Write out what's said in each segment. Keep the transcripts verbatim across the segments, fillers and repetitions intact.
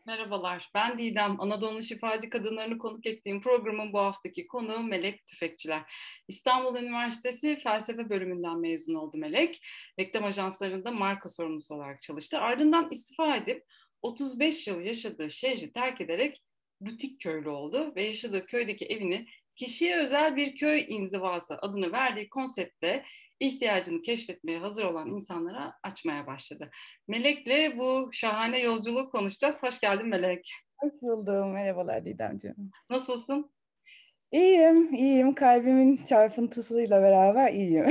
Merhabalar, ben Didem. Anadolu'nun şifacı kadınlarını konuk ettiğim programın bu haftaki konuğu Melek Tüfekçiler. İstanbul Üniversitesi Felsefe bölümünden mezun oldu Melek. Reklam ajanslarında marka sorumlusu olarak çalıştı. Ardından istifa edip otuz beş yıl yaşadığı şehri terk ederek butik köylü oldu ve yaşadığı köydeki evini kişiye özel bir köy inzivası adını verdiği konseptle ihtiyacını keşfetmeye hazır olan insanlara açmaya başladı. Melek'le bu şahane yolculuğu konuşacağız. Hoş geldin Melek. Hoş buldum. Merhabalar Didemciğim. Nasılsın? İyiyim, iyiyim. Kalbimin çarpıntısıyla beraber iyiyim.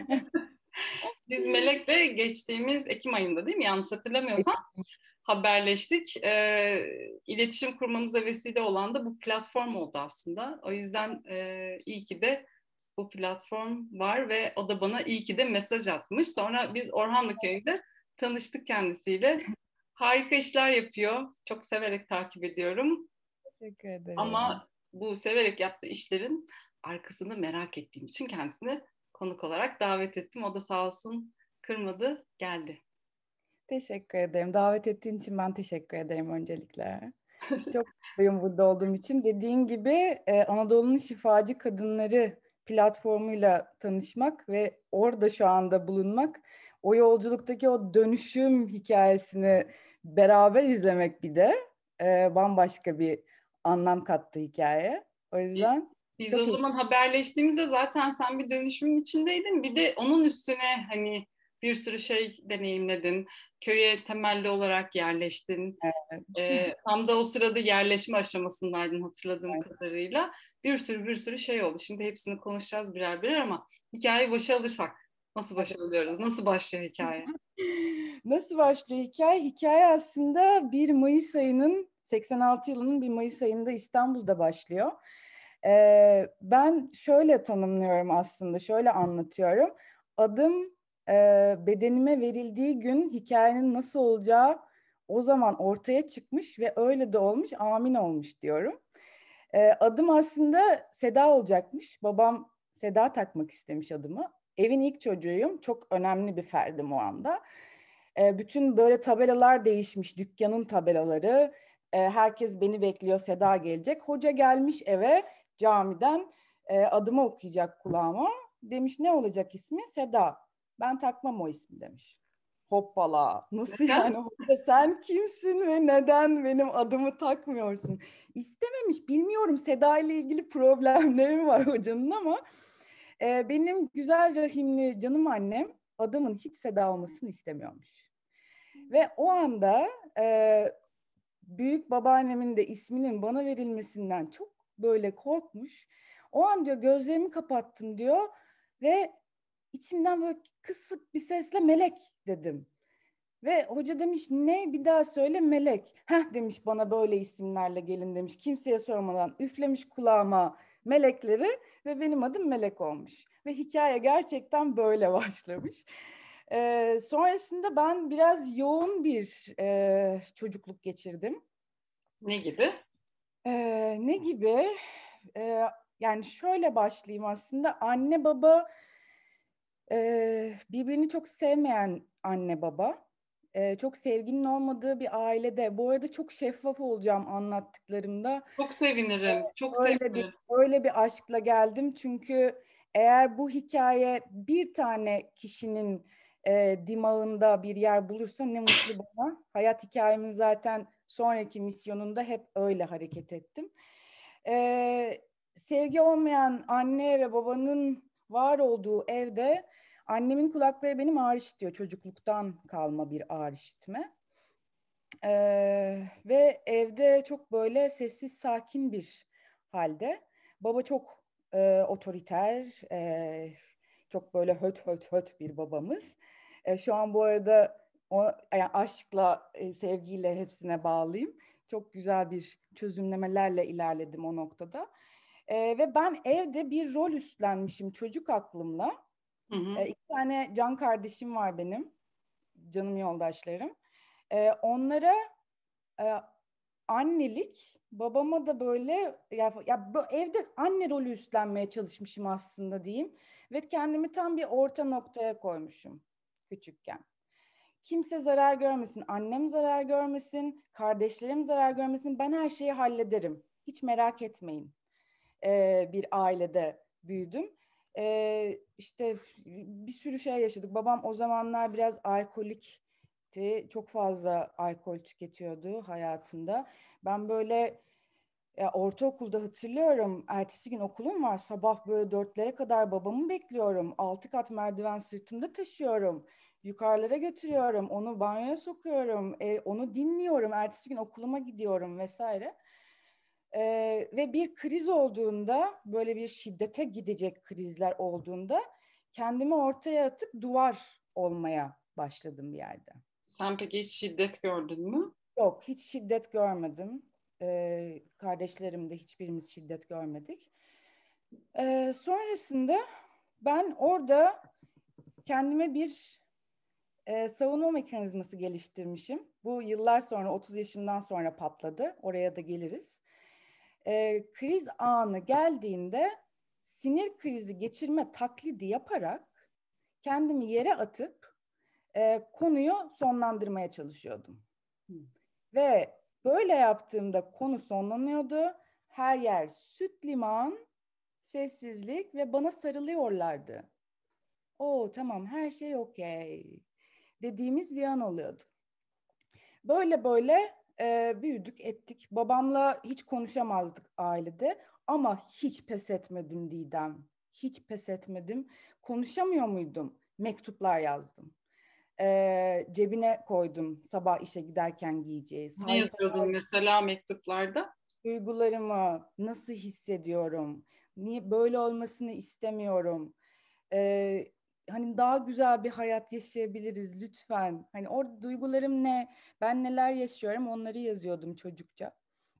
Biz Melek'le geçtiğimiz Ekim ayında değil mi? Yanlış hatırlamıyorsam haberleştik. Ee, iletişim kurmamıza vesile olan da bu platform oldu aslında. O yüzden e, iyi ki de bu platform var ve o da bana iyi ki de mesaj atmış. Sonra biz Orhanlıköy'de tanıştık kendisiyle. Harika işler yapıyor. Çok severek takip ediyorum. Teşekkür ederim. Ama bu severek yaptığı işlerin arkasını merak ettiğim için kendisini konuk olarak davet ettim. O da sağ olsun kırmadı, geldi. Teşekkür ederim. Davet ettiğin için ben teşekkür ederim öncelikle. Çok mutluyum burada olduğum için. Dediğin gibi e, Anadolu'nun şifacı kadınları platformuyla tanışmak ve orada şu anda bulunmak, o yolculuktaki o dönüşüm hikayesini beraber izlemek bir de e, bambaşka bir anlam kattı hikaye. O yüzden Biz o çok iyi. zaman haberleştiğimizde zaten sen bir dönüşümün içindeydin. Bir de onun üstüne hani bir sürü şey deneyimledin. Köye temelli olarak yerleştin. Ee, tam da o sırada yerleşme aşamasındaydın hatırladığım kadarıyla. Bir sürü bir sürü şey oldu. Şimdi hepsini konuşacağız birer birer ama hikayeyi başa alırsak nasıl başa alıyoruz? Nasıl başlıyor hikaye? Nasıl başlıyor hikaye? Hikaye aslında bir Mayıs ayının seksen altı yılının bir Mayıs ayında İstanbul'da başlıyor. Ee, ben şöyle tanımlıyorum aslında, şöyle anlatıyorum. Adım e, bedenime verildiği gün hikayenin nasıl olacağı o zaman ortaya çıkmış ve öyle de olmuş, amin olmuş diyorum. Ee, adım aslında Seda olacakmış. Babam Seda takmak istemiş adımı. Evin ilk çocuğuyum. Çok önemli bir ferdim o anda. E, bütün böyle tabelalar değişmiş, dükkanın tabelaları. E, herkes beni bekliyor, Seda gelecek. Hoca gelmiş eve camiden e, adımı okuyacak kulağıma. Demiş ne olacak ismi? Seda. Ben takmam o ismi demiş. Hoppala. Nasıl Neden? yani? Hoca sen kimsin ve neden benim adımı takmıyorsun? İstememiş. Bilmiyorum Seda ile ilgili problemleri var hocanın ama e, benim güzel rahimli canım annem adamın hiç Seda olmasını istemiyormuş. Ve o anda e, büyük babaannemin de isminin bana verilmesinden çok böyle korkmuş. O an diyor gözlerimi kapattım diyor ve içimden böyle kısık bir sesle Melek dedim. Ve hoca demiş ne bir daha söyle Melek. Heh demiş bana böyle isimlerle gelin demiş. Kimseye sormadan üflemiş kulağıma melekleri ve benim adım Melek olmuş. Ve hikaye gerçekten böyle başlamış. Ee, sonrasında ben biraz yoğun bir e, çocukluk geçirdim. Ne gibi? Ee, ne gibi? Ee, yani şöyle başlayayım aslında. Anne baba e, birbirini çok sevmeyen anne baba. E, çok sevginin olmadığı bir ailede. Bu arada çok şeffaf olacağım anlattıklarımda. Çok sevinirim. Çok Öyle bir sevinirim. öyle bir aşkla geldim çünkü eğer bu hikaye bir tane kişinin e, dimağında bir yer bulursa ne mutlu bana. Hayat hikayemin zaten sonraki misyonunda hep öyle hareket ettim. E, sevgi olmayan anne ve babanın var olduğu evde annemin kulakları benim ağır işitiyor. Çocukluktan kalma bir ağır işitme. Ee, ve evde çok böyle sessiz sakin bir halde. Baba çok e, otoriter, e, çok böyle höt höt höt bir babamız. E, şu an bu arada o, yani aşkla, e, sevgiyle hepsine bağlıyım. Çok güzel bir çözümlemelerle ilerledim o noktada. E, ve ben evde bir rol üstlenmişim çocuk aklımla. Hı hı. E, iki tane can kardeşim var benim, canım yoldaşlarım. E, onlara e, annelik, babama da böyle ya, ya bu evde anne rolü üstlenmeye çalışmışım aslında diyeyim ve kendimi tam bir orta noktaya koymuşum küçükken. Kimse zarar görmesin, annem zarar görmesin, kardeşlerim zarar görmesin. Ben her şeyi hallederim. Hiç merak etmeyin. Ee, bir ailede büyüdüm. Ee, işte bir sürü şey yaşadık. Babam o zamanlar biraz alkolikti. Çok fazla alkol tüketiyordu hayatında. Ben böyle ya ortaokulda hatırlıyorum. Ertesi gün okulum var. Sabah böyle dörtlere kadar babamı bekliyorum. Altı kat merdiven sırtımda taşıyorum. Yukarılara götürüyorum. Onu banyoya sokuyorum. E, onu dinliyorum. Ertesi gün okuluma gidiyorum vesaire. E, ve bir kriz olduğunda, böyle bir şiddete gidecek krizler olduğunda kendimi ortaya atıp duvar olmaya başladım bir yerde. Sen peki hiç şiddet gördün mü? Yok, hiç şiddet görmedim. Ee, kardeşlerim de hiçbirimiz şiddet görmedik. Ee, sonrasında ben orada kendime bir e, savunma mekanizması geliştirmişim. Bu yıllar sonra, otuz yaşımdan sonra patladı. Oraya da geliriz. Ee, kriz anı geldiğinde sinir krizi geçirme taklidi yaparak kendimi yere atıp e, konuyu sonlandırmaya çalışıyordum. Hı. Ve böyle yaptığımda konu sonlanıyordu. Her yer süt liman, sessizlik ve bana sarılıyorlardı. Oo tamam, her şey okey dediğimiz bir an oluyordu. Böyle böyle e, büyüdük ettik. Babamla hiç konuşamazdık ailede ama hiç pes etmedim Didem. Hiç pes etmedim. Konuşamıyor muydum? Mektuplar yazdım. E, cebine koydum sabah işe giderken giyeceği. Ne Sayfa yazıyordun mesela mektuplarda? duygularımı nasıl hissediyorum, niye böyle olmasını istemiyorum. Ee, hani daha güzel bir hayat yaşayabiliriz lütfen. Hani orada duygularım ne, ben neler yaşıyorum onları yazıyordum çocukça.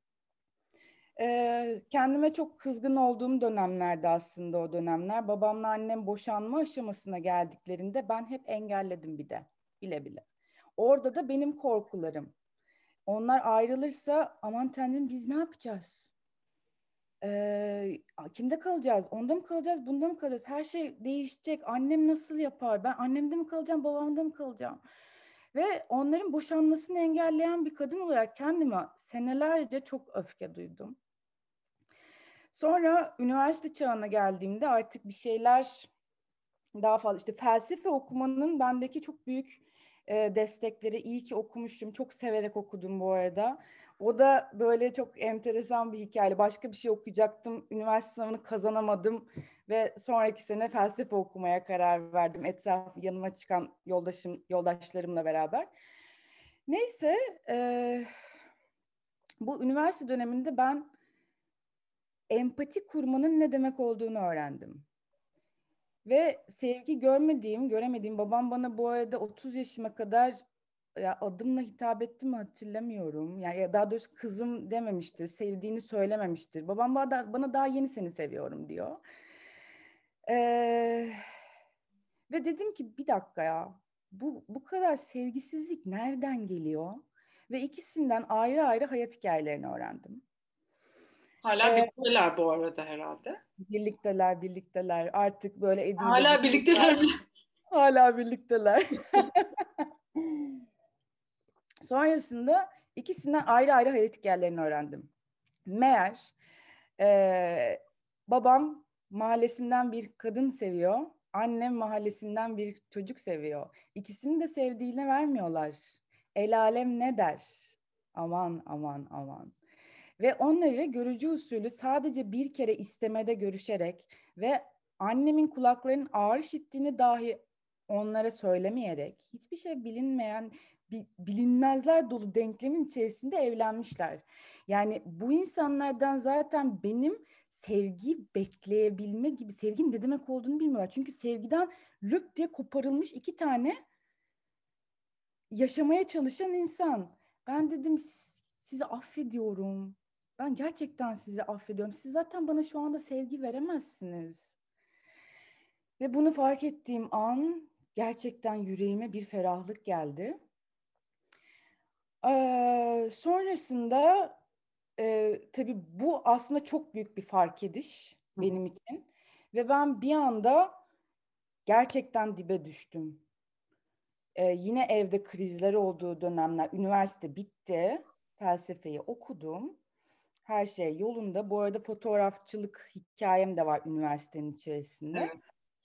Ee, kendime çok kızgın olduğum dönemlerde aslında o dönemler. Babamla annem boşanma aşamasına geldiklerinde ben hep engelledim bir de bile bile. Orada da benim korkularım. Onlar ayrılırsa aman tanrım biz ne yapacağız? Ee, kimde kalacağız? Onda mı kalacağız? Bunda mı kalacağız? Her şey değişecek. Annem nasıl yapar? Ben annemde mi kalacağım? Babamda mı kalacağım? Ve onların boşanmasını engelleyen bir kadın olarak kendime senelerce çok öfke duydum. Sonra üniversite çağına geldiğimde artık bir şeyler daha fazla işte felsefe okumanın bendeki çok büyük e, destekleri. İyi ki okumuşum. Çok severek okudum bu arada. O da böyle çok enteresan bir hikaye. Başka bir şey okuyacaktım. Üniversite sınavını kazanamadım ve sonraki sene felsefe okumaya karar verdim. Etraf yanıma çıkan yoldaşım yoldaşlarımla beraber. Neyse, e, bu üniversite döneminde ben empati kurmanın ne demek olduğunu öğrendim. Ve sevgi görmediğim, göremediğim, babam bana bu arada otuz yaşıma kadar ya adımla hitap etti mi hatırlamıyorum. Yani ya daha doğrusu kızım dememiştir, sevdiğini söylememiştir. Babam bana, bana daha yeni seni seviyorum diyor. Ee, ve dedim ki bir dakika ya, bu, bu kadar sevgisizlik nereden geliyor? Ve ikisinden ayrı ayrı hayat hikayelerini öğrendim. Hala Ee, birlikteler bu arada herhalde. birlikteler, birlikteler. Artık böyle Edi ile Hala birlikteler. birlikteler mi? Hala birlikteler. Sonrasında ikisinden ayrı ayrı hayat hikayelerini öğrendim. Meğer e, babam mahallesinden bir kadın seviyor, annem mahallesinden bir çocuk seviyor. İkisini de sevdiğine vermiyorlar. El alem ne der? Aman aman aman. Ve onları görücü usulü sadece bir kere istemede görüşerek ve annemin kulaklarının ağır işittiğini dahi onlara söylemeyerek hiçbir şey bilinmeyen bilinmezler dolu denklemin içerisinde evlenmişler. Yani bu insanlardan zaten benim sevgi bekleyebilme gibi, sevginin ne demek olduğunu bilmiyorlar. Çünkü sevgiden lüp diye koparılmış iki tane yaşamaya çalışan insan. Ben dedim sizi affediyorum. Ben gerçekten sizi affediyorum. Siz zaten bana şu anda sevgi veremezsiniz. Ve bunu fark ettiğim an gerçekten yüreğime bir ferahlık geldi. Ee, sonrasında e, tabii bu aslında çok büyük bir fark ediş benim için. Ve ben bir anda gerçekten dibe düştüm. Ee, yine evde krizler olduğu dönemler, üniversite bitti, felsefeyi okudum. Her şey yolunda. Bu arada fotoğrafçılık hikayem de var üniversitenin içerisinde. Evet.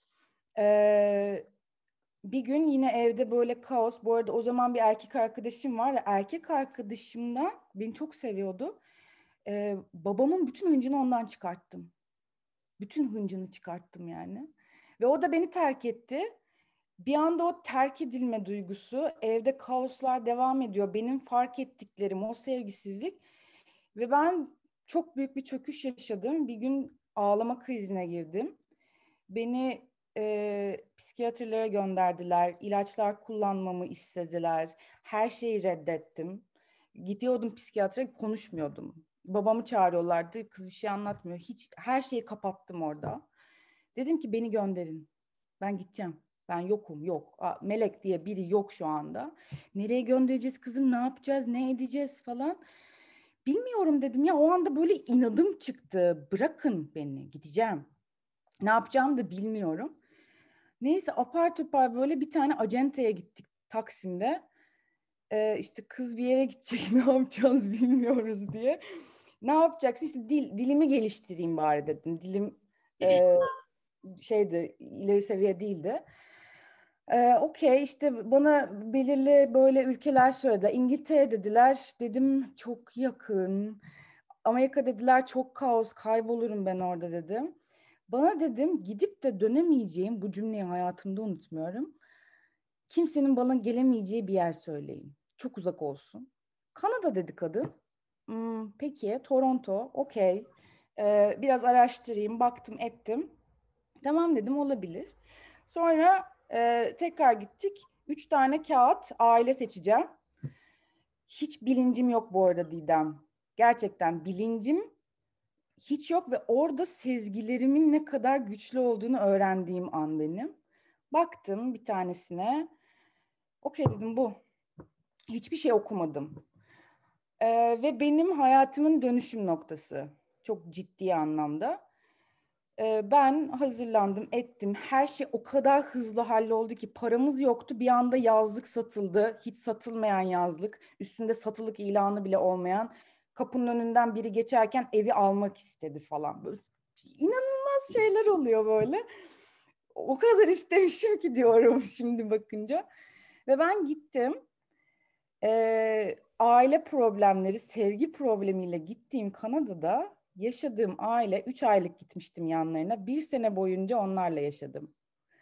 Ee, bir gün yine evde böyle kaos. Bu arada o zaman bir erkek arkadaşım var ve erkek arkadaşımdan beni çok seviyordu. Ee, babamın bütün hıncını ondan çıkarttım. Bütün hıncını çıkarttım yani. Ve o da beni terk etti. Bir anda o terk edilme duygusu, evde kaoslar devam ediyor. Benim fark ettiklerim, o sevgisizlik. Ve ben çok büyük bir çöküş yaşadım. Bir gün ağlama krizine girdim. Beni e, psikiyatrlara gönderdiler. İlaçlar kullanmamı istediler. Her şeyi reddettim. Gidiyordum psikiyatra, konuşmuyordum. Babamı çağırıyorlardı. Kız bir şey anlatmıyor. Hiç, her şeyi kapattım orada. Dedim ki beni gönderin. Ben gideceğim. Ben yokum, yok. Aa, Melek diye biri yok şu anda. Nereye göndereceğiz kızım, ne yapacağız, ne edeceğiz falan. Bilmiyorum dedim ya, o anda böyle inadım çıktı. Bırakın beni, gideceğim. Ne yapacağımı da bilmiyorum. Neyse apar topar böyle bir tane acenteye gittik Taksim'de. Ee, işte kız bir yere gidecek, ne yapacağız bilmiyoruz diye. Ne yapacaksın? İşte dil, dilimi geliştireyim bari dedim. Dilim e, şeydi, ileri seviye değildi. Ee, Okey, işte bana belirli böyle ülkeler söyledi. İngiltere dediler. Dedim çok yakın. Amerika dediler çok kaos, kaybolurum ben orada dedim. Bana dedim gidip de dönemeyeceğim, bu cümleyi hayatımda unutmuyorum. Kimsenin bana gelemeyeceği bir yer söyleyin. Çok uzak olsun. Kanada dedi kadın. Hmm, peki Toronto, okey. Ee, biraz araştırayım, baktım ettim. Tamam dedim, olabilir. Sonra e, tekrar gittik. Üç tane kağıt aile seçeceğim. Hiç bilincim yok bu arada Didem. Gerçekten bilincim hiç yok ve orada sezgilerimin ne kadar güçlü olduğunu öğrendiğim an benim. Baktım bir tanesine. Okey dedim, bu. Hiçbir şey okumadım. Ee, ve benim hayatımın dönüşüm noktası. Çok ciddi anlamda. Ee, ben hazırlandım, ettim. Her şey o kadar hızlı halloldu ki paramız yoktu. Bir anda yazlık satıldı. Hiç satılmayan yazlık. Üstünde satılık ilanı bile olmayan. Kapının önünden biri geçerken evi almak istedi falan. Böyle inanılmaz şeyler oluyor böyle. O kadar istemişim ki diyorum şimdi bakınca. Ve ben gittim. Ee, aile problemleri, sevgi problemiyle gittiğim Kanada'da yaşadığım aile, üç aylık gitmiştim yanlarına. Bir sene boyunca onlarla yaşadım.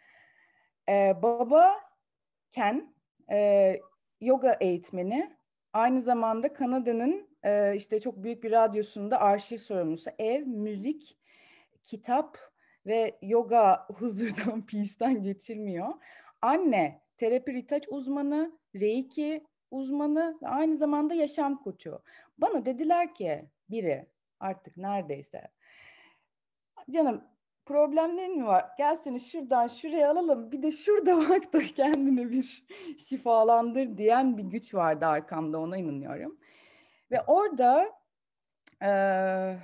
Ee, baba Ken, e, yoga eğitmeni. Aynı zamanda Kanada'nın e, işte çok büyük bir radyosunda arşiv sorumlusu. Ev, müzik, kitap ve yoga huzurdan, peace'ten geçilmiyor. Anne, terapi retouch uzmanı, reiki uzmanı ve aynı zamanda yaşam koçu. Bana dediler ki biri, artık neredeyse, canım problemlerin mi var? Gel seni şuradan şuraya alalım. Bir de şurada bak da kendini bir şifalandır diyen bir güç vardı arkamda, ona inanıyorum. Ve orada eee,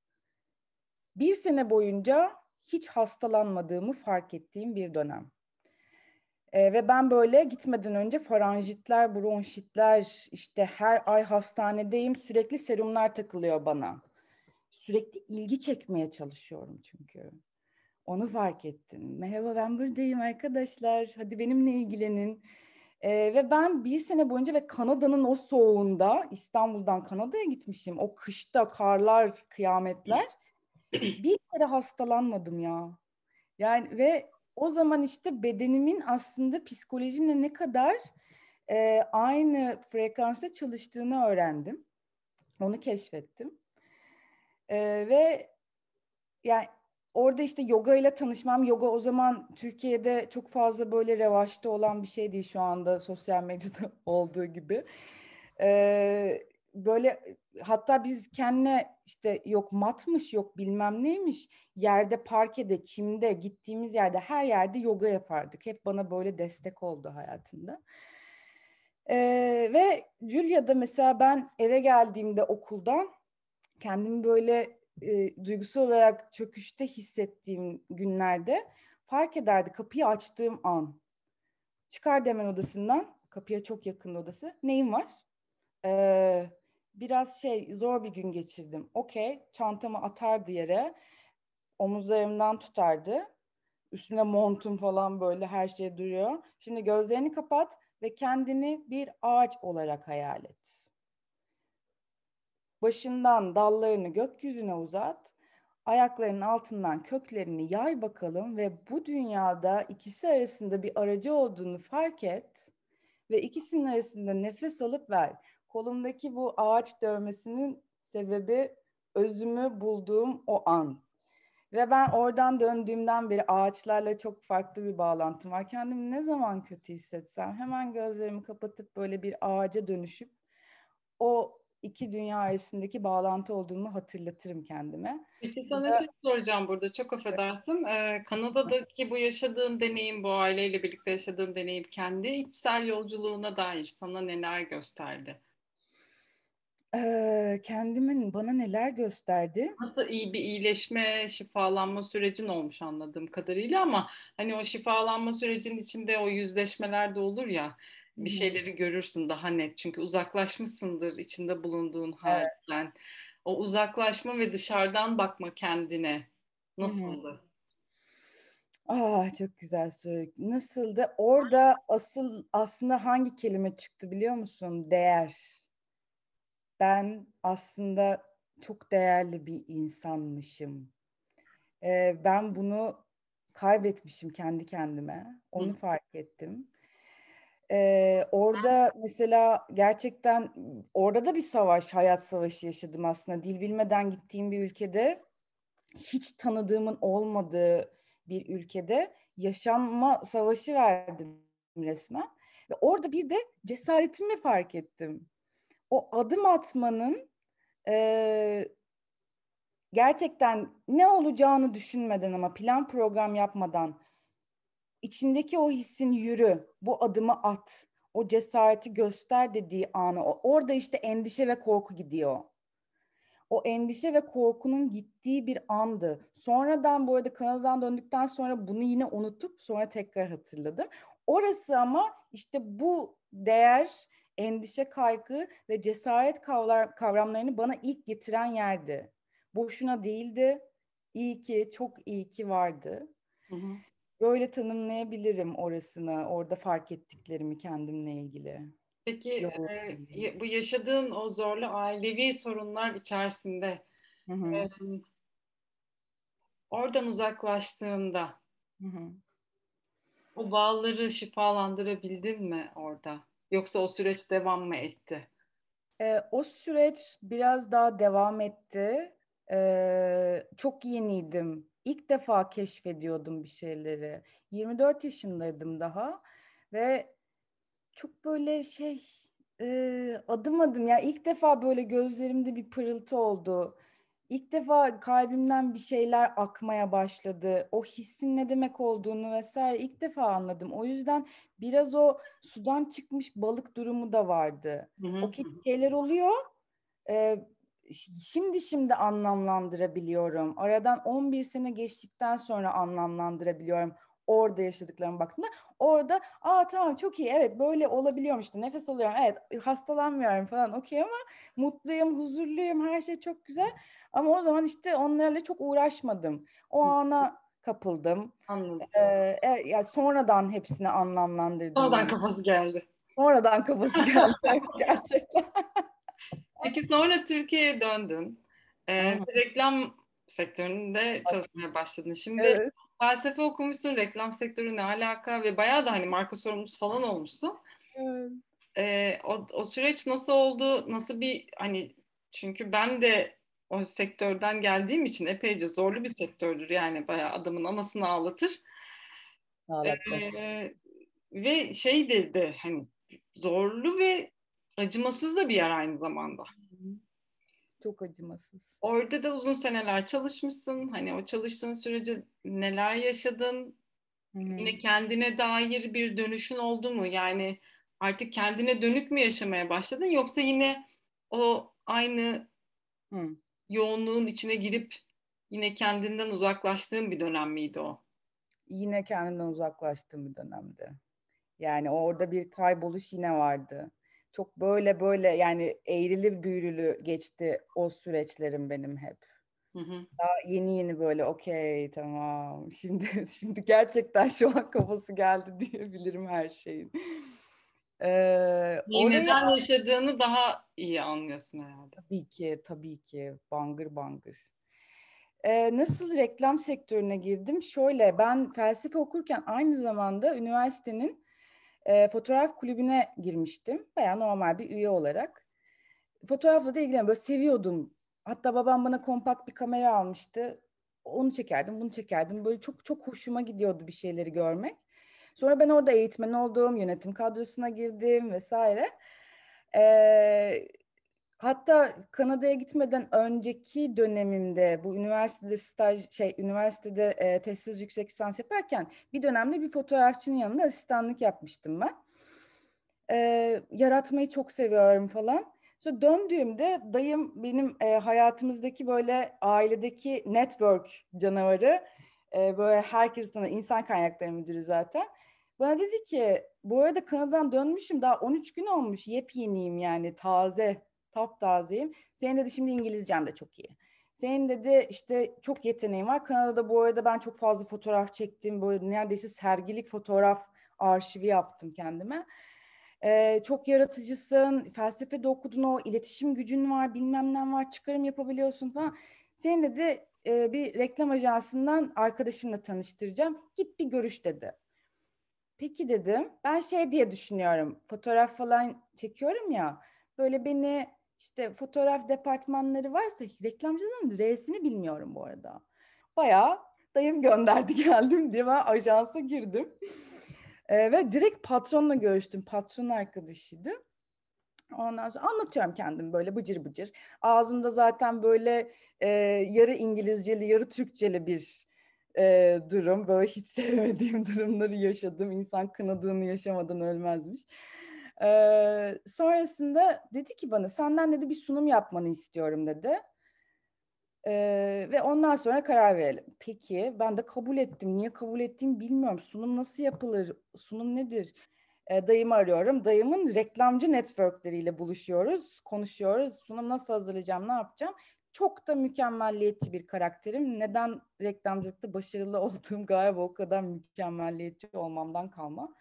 bir sene boyunca hiç hastalanmadığımı fark ettiğim bir dönem. Ee, ve ben böyle gitmeden önce faranjitler, bronşitler, işte her ay hastanedeyim, sürekli serumlar takılıyor bana. Sürekli ilgi çekmeye çalışıyorum çünkü. Onu fark ettim. Merhaba, ben buradayım arkadaşlar. Hadi benimle ilgilenin. Ee, ve ben bir sene boyunca ve Kanada'nın o soğuğunda, İstanbul'dan Kanada'ya gitmişim. O kışta karlar, kıyametler. Bir kere hastalanmadım ya. Yani ve o zaman işte bedenimin aslında psikolojimle ne kadar e, aynı frekansta çalıştığını öğrendim. Onu keşfettim. E, ve yani orada işte yoga ile tanışmam. Yoga o zaman Türkiye'de çok fazla böyle revaçta olan bir şey değil, şu anda sosyal medyada olduğu gibi. Ee, böyle hatta biz kendine işte yok matmış, yok bilmem neymiş, yerde, parkede, çimde, gittiğimiz yerde, her yerde yoga yapardık. Hep bana böyle destek oldu hayatında. Ee, ve Julia'da mesela ben eve geldiğimde okuldan kendimi böyle e, duygusal olarak çöküşte hissettiğim günlerde fark ederdi kapıyı açtığım an. Çıkardı hemen odasından. Kapıya çok yakın odası. Neyin var? Ee, biraz şey zor bir gün geçirdim. Okey. Çantamı atardı yere. Omuzlarımdan tutardı. Üstüne montum falan böyle her şey duruyor. Şimdi gözlerini kapat ve kendini bir ağaç olarak hayal et. Başından dallarını gökyüzüne uzat. Ayaklarının altından köklerini yay bakalım ve bu dünyada ikisi arasında bir aracı olduğunu fark et ve ikisinin arasında nefes alıp ver. Kolumdaki bu ağaç dövmesinin sebebi özümü bulduğum o an. Ve ben oradan döndüğümden beri ağaçlarla çok farklı bir bağlantım var. Kendimi ne zaman kötü hissetsem hemen gözlerimi kapatıp böyle bir ağaca dönüşüp o iki dünya arasındaki bağlantı olduğunu hatırlatırım kendime. Peki Bu sana da şey soracağım burada, çok affedersin. Ee, Kanada'daki bu yaşadığın deneyim, bu aileyle birlikte yaşadığın deneyim kendi içsel yolculuğuna dair sana neler gösterdi? eee, kendimin bana neler gösterdi. Nasıl iyi bir iyileşme, şifalanma sürecin olmuş anladığım kadarıyla, ama hani o şifalanma sürecinin içinde o yüzleşmeler de olur ya, Hı bir hı. şeyleri görürsün daha net çünkü uzaklaşmışsındır içinde bulunduğun Evet. halden. O uzaklaşma ve dışarıdan bakma kendine Hı hı. nasıldı? Ah, çok güzel soru. Nasıldı? Orada asıl aslında hangi kelime çıktı biliyor musun? Değer. Ben aslında çok değerli bir insanmışım. Ee, ben bunu kaybetmişim kendi kendime. Onu Hı. fark ettim. Ee, orada mesela gerçekten orada da bir savaş, hayat savaşı yaşadım aslında. Dil bilmeden gittiğim bir ülkede, hiç tanıdığımın olmadığı bir ülkede yaşanma savaşı verdim resmen. Ve orada bir de cesaretimi fark ettim. O adım atmanın e, gerçekten ne olacağını düşünmeden ama plan program yapmadan içindeki o hissin yürü, bu adımı at, o cesareti göster dediği anı, o, orada işte endişe ve korku gidiyor. O endişe ve korkunun gittiği bir andı. Sonradan bu arada Kanada'dan döndükten sonra bunu yine unutup sonra tekrar hatırladım. Orası ama işte bu değer, endişe, kaygı ve cesaret kavlar, kavramlarını bana ilk getiren yerdi. Boşuna değildi. İyi ki, çok iyi ki vardı. Hı hı. Böyle tanımlayabilirim orasını, orada fark ettiklerimi kendimle ilgili. Peki Yol. e, ya- bu yaşadığın o zorlu ailevi sorunlar içerisinde Hı e, hı. oradan uzaklaştığında Hı hı. o bağları şifalandırabildin mi orada? Yoksa o süreç devam mı etti? Ee, o süreç biraz daha devam etti. Ee, çok yeniydim. İlk defa keşfediyordum bir şeyleri. yirmi dört yaşındaydım daha ve çok böyle şey e, adım adım ya ilk defa böyle gözlerimde bir pırıltı oldu. İlk defa kalbimden bir şeyler akmaya başladı. O hissin ne demek olduğunu vesaire ilk defa anladım. O yüzden biraz o sudan çıkmış balık durumu da vardı. Hı hı, O hı hı. şeyler oluyor. E, Şimdi şimdi anlamlandırabiliyorum. Aradan on bir sene geçtikten sonra anlamlandırabiliyorum. Orada yaşadıklarıma baktığımda. Orada aa tamam çok iyi evet böyle olabiliyormuş işte nefes alıyorum evet hastalanmıyorum falan okey ama mutluyum huzurluyum her şey çok güzel ama o zaman işte onlarla çok uğraşmadım o Hı. ana kapıldım. Anladım. Ee, e, yani sonradan hepsini anlamlandırdığım Sonradan bir kafası geldi. sonradan kafası geldi gerçekten. Peki sonra Türkiye'ye döndün. Ee, Aha, reklam sektöründe çalışmaya başladın. Şimdi evet. felsefe okumuşsun, reklam sektörü ne alaka ve bayağı da hani marka sorumlusu falan olmuşsun. Evet. Ee, o, o süreç nasıl oldu? Nasıl bir hani, çünkü ben de o sektörden geldiğim için epeyce zorlu bir sektördür yani, bayağı adamın anasını ağlatır. Ağlattı. Ee, ve şey dedi hani, zorlu ve acımasız da bir yer aynı zamanda. Çok acımasız. Orada da uzun seneler çalışmışsın. Hani o çalıştığın sürece neler yaşadın? Hı hı. Yine kendine dair bir dönüşün oldu mu? Yani artık kendine dönük mü yaşamaya başladın, yoksa yine o aynı Hı. yoğunluğun içine girip yine kendinden uzaklaştığın bir dönem miydi o? Yine kendimden uzaklaştığım bir dönemde. Yani orada bir kayboluş yine vardı. Çok böyle böyle yani eğrili büğrülü geçti o süreçlerim benim hep. Hı hı. Daha yeni yeni böyle okey tamam. Şimdi şimdi gerçekten şu an kafası geldi diyebilirim her şeyin. Ee, Neyi orayı neden yaşadığını daha iyi anlıyorsun herhalde. tabii ki tabii ki bangır bangır. Ee, nasıl reklam sektörüne girdim? Şöyle ben felsefe okurken aynı zamanda üniversitenin e, fotoğraf kulübüne girmiştim. Bayağı normal bir üye olarak. Fotoğrafla da ilgileniyorum. Böyle seviyordum. Hatta babam bana kompakt bir kamera almıştı. Onu çekerdim, bunu çekerdim. Böyle çok çok hoşuma gidiyordu bir şeyleri görmek. Sonra ben orada eğitmen oldum, yönetim kadrosuna girdim vesaire. Ee, Hatta Kanada'ya gitmeden önceki dönemimde bu üniversitede staj şey üniversitede e, testsiz yüksek lisans yaparken bir dönemde bir fotoğrafçının yanında asistanlık yapmıştım ben. Ee, yaratmayı çok seviyorum falan. Sonra döndüğümde dayım benim e, hayatımızdaki böyle ailedeki network canavarı. E, böyle herkes tanır, insan kaynakları müdürü zaten. Bana dedi ki bu arada Kanada'dan dönmüşüm, daha on üç gün olmuş, yepyeniyim yani, taze, taptazeyim. Senin dedi şimdi İngilizcen de çok iyi. Senin dedi işte çok yeteneğin var. Kanada'da bu arada ben çok fazla fotoğraf çektim. Böyle neredeyse sergilik fotoğraf arşivi yaptım kendime. Ee, çok yaratıcısın, felsefede okudun, o iletişim gücün var, bilmem ne var, çıkarım yapabiliyorsun falan. Senin dedi e, bir reklam ajansından arkadaşımla tanıştıracağım. Git bir görüş dedi. Peki dedim. Ben şey diye düşünüyorum. Fotoğraf falan çekiyorum ya. Böyle beni işte fotoğraf departmanları varsa reklamcının R'sini bilmiyorum bu arada. Bayağı dayım gönderdi geldim diye ben ajansa girdim. Ee, ve direkt patronla görüştüm. Patron arkadaşıydı. Ondan sonra anlatıyorum kendim böyle bıcır bıcır. Ağzımda zaten böyle e, yarı İngilizceli, yarı Türkçeli bir e, durum. Böyle hiç sevmediğim durumları yaşadım. İnsan kınadığını yaşamadan ölmezmiş. E, sonrasında dedi ki bana senden dedi bir sunum yapmanı istiyorum dedi. Ee, ve ondan sonra karar verelim. Peki ben de kabul ettim. Niye kabul ettiğimi bilmiyorum. Sunum nasıl yapılır? Sunum nedir? Ee, dayımı arıyorum. Dayımın reklamcı networkleriyle buluşuyoruz, konuşuyoruz. Sunum nasıl hazırlayacağım, ne yapacağım? Çok da mükemmelliyetçi bir karakterim. Neden reklamcılıkta başarılı olduğum galiba o kadar mükemmelliyetçi olmamdan kalma.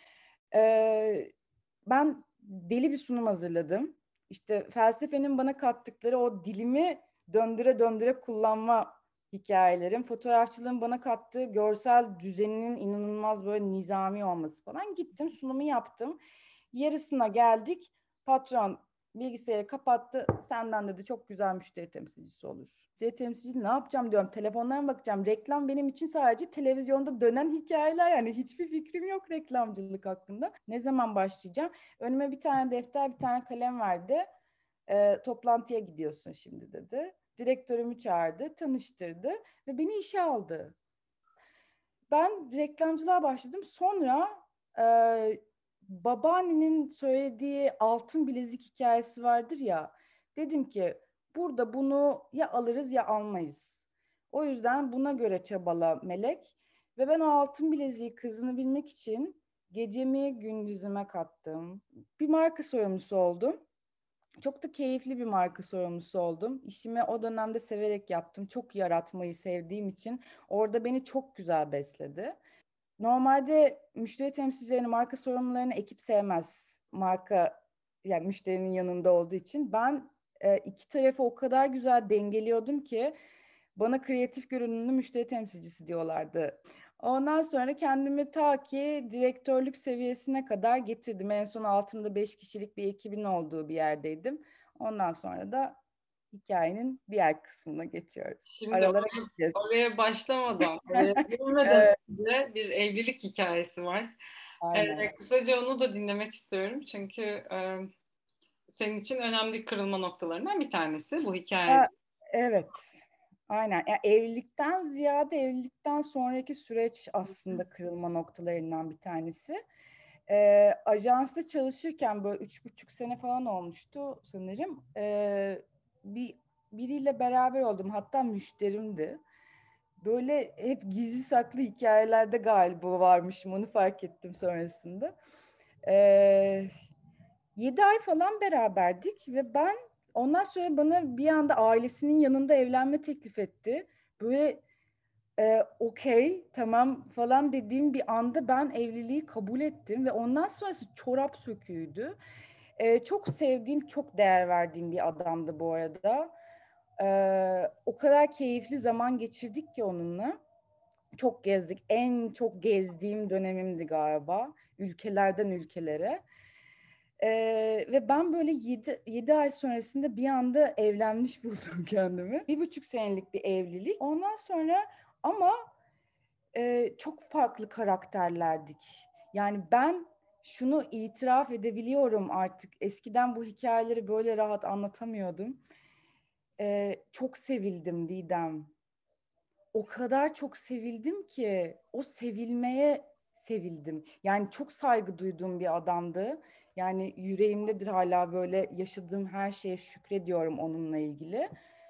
Ee, Ben deli bir sunum hazırladım. İşte felsefenin bana kattıkları o dilimi döndüre döndüre kullanma hikayelerim, fotoğrafçılığın bana kattığı görsel düzeninin inanılmaz böyle nizami olması falan. Gittim sunumu yaptım. Yarısına geldik. Patron bilgisayarı kapattı. Senden dedi çok güzel müşteri temsilcisi olur. Müşteri temsilcisi ne yapacağım diyorum. Telefonlara bakacağım. Reklam benim için sadece televizyonda dönen hikayeler. Yani hiçbir fikrim yok reklamcılık hakkında. Ne zaman başlayacağım? Önüme bir tane defter, bir tane kalem verdi. E, toplantıya gidiyorsun şimdi dedi. Direktörümü çağırdı, tanıştırdı ve beni işe aldı. Ben reklamcılığa başladım. Sonra e, babaannenin söylediği altın bilezik hikayesi vardır ya. Dedim ki burada bunu ya alırız ya almayız. O yüzden buna göre çabala Melek. Ve ben o altın bileziği kızını bilmek için gecemi gündüzüme kattım. Bir marka sorumlusu oldum. Çok da keyifli bir marka sorumlusu oldum. İşimi o dönemde severek yaptım. Çok yaratmayı sevdiğim için orada beni çok güzel besledi. Normalde müşteri temsilcilerini, marka sorumlularını ekip sevmez. Marka yani müşterinin yanında olduğu için. Ben e, iki tarafı o kadar güzel dengeliyordum ki bana kreatif görünümlü müşteri temsilcisi diyorlardı. Ondan sonra kendimi ta ki direktörlük seviyesine kadar getirdim. En son altımda beş kişilik bir ekibin olduğu bir yerdeydim. Ondan sonra da hikayenin diğer kısmına geçiyoruz. Şimdi Aralara oraya, gideceğiz. oraya başlamadan, oraya girmeden Evet, önce bir evlilik hikayesi var. aynen. Ee, kısaca onu da dinlemek istiyorum. Çünkü e, senin için önemli kırılma noktalarından bir tanesi bu hikaye. Ya, evet. Aynen. Ya, evlilikten ziyade evlilikten sonraki süreç aslında kırılma noktalarından bir tanesi. Ee, ajansta çalışırken böyle üç buçuk sene falan olmuştu sanırım. Ee, bir biriyle beraber oldum. Hatta müşterimdi. böyle hep gizli saklı hikayelerde galiba varmışım. Onu fark ettim sonrasında. Ee, yedi ay falan beraberdik ve ben ondan sonra bana bir anda ailesinin yanında evlenme teklif etti. Böyle e, okey tamam falan dediğim bir anda ben evliliği kabul ettim ve ondan sonrası çorap söküğüydü. E, çok sevdiğim, çok değer verdiğim bir adamdı bu arada. E, o kadar keyifli zaman geçirdik ki onunla. Çok gezdik. En çok gezdiğim dönemimdi galiba. Ülkelerden ülkelere. Ee, ve ben böyle yedi, yedi ay sonrasında bir anda evlenmiş buldum kendimi. Bir buçuk senelik bir evlilik. Ondan sonra ama e, çok farklı karakterlerdik. Yani ben şunu itiraf edebiliyorum artık. Eskiden bu hikayeleri böyle rahat anlatamıyordum. Ee, çok sevildim Didem. O kadar çok sevildim ki o sevilmeye sevildim. Yani çok saygı duyduğum bir adamdı. Yani yüreğimdedir hala böyle yaşadığım her şeye şükrediyorum onunla ilgili.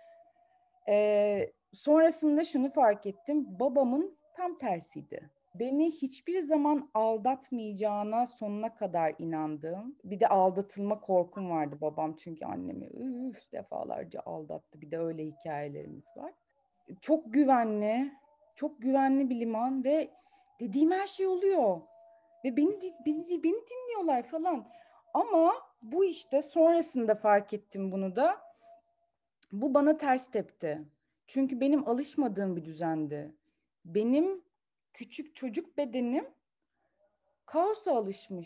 Ee, sonrasında şunu fark ettim. Babamın tam tersiydi. Beni hiçbir zaman aldatmayacağına sonuna kadar inandığım, bir de aldatılma korkum vardı babam çünkü annemi üf defalarca aldattı. Bir de öyle hikayelerimiz var. Çok güvenli, çok güvenli bir liman ve dediğim her şey oluyor. Ve beni, beni, beni dinliyorlar falan. Ama bu işte sonrasında fark ettim bunu da. Bu bana ters tepti. Çünkü benim alışmadığım bir düzendi. Benim küçük çocuk bedenim kaosa alışmış.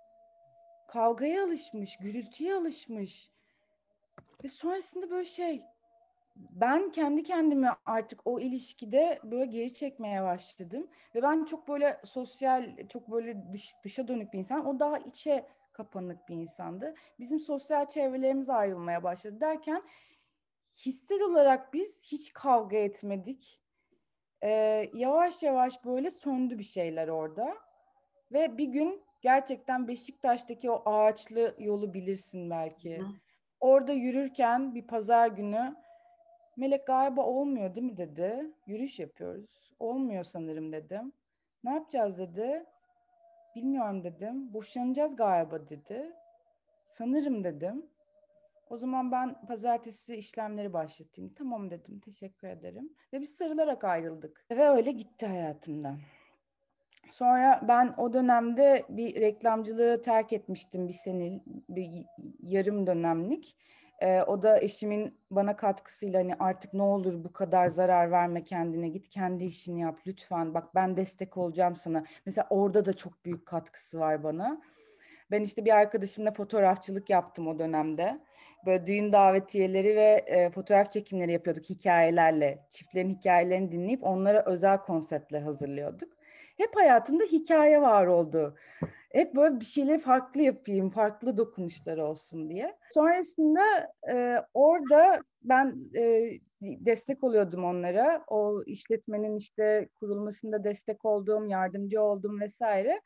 Kavgaya alışmış, gürültüye alışmış. Ve sonrasında böyle şey, ben kendi kendimi artık o ilişkide böyle geri çekmeye başladım. Ve ben çok böyle sosyal, çok böyle dış, dışa dönük bir insan. O daha içe kapanık bir insandı. Bizim sosyal çevrelerimiz ayrılmaya başladı derken hissel olarak biz hiç kavga etmedik. Ee, yavaş yavaş böyle söndü bir şeyler orada. Ve bir gün gerçekten Beşiktaş'taki o ağaçlı yolu bilirsin belki. Orada yürürken bir pazar günü Melek galiba olmuyor değil mi dedi. Yürüyüş yapıyoruz. Olmuyor sanırım dedim. Ne yapacağız dedi. Bilmiyorum dedim. Boşanacağız galiba dedi. Sanırım dedim. O zaman ben pazartesi işlemleri başlatayım. Tamam dedim. Teşekkür ederim. Ve biz sarılarak ayrıldık. Ve öyle gitti hayatımdan. Sonra ben o dönemde bir reklamcılığı terk etmiştim bir sene, bir yarım dönemlik. Ee, o da eşimin bana katkısıyla hani artık ne olur bu kadar zarar verme kendine, git kendi işini yap lütfen. Bak ben destek olacağım sana. Mesela orada da çok büyük katkısı var bana. Ben işte bir arkadaşımla fotoğrafçılık yaptım o dönemde. Böyle düğün davetiyeleri ve e, fotoğraf çekimleri yapıyorduk hikayelerle. Çiftlerin hikayelerini dinleyip onlara özel konseptler hazırlıyorduk. Hep hayatımda hikaye var oldu. Hep böyle bir şeyleri farklı yapayım, farklı dokunuşlar olsun diye. Sonrasında e, orada ben e, destek oluyordum onlara. O işletmenin işte kurulmasında destek olduğum, yardımcı olduğum vesaire.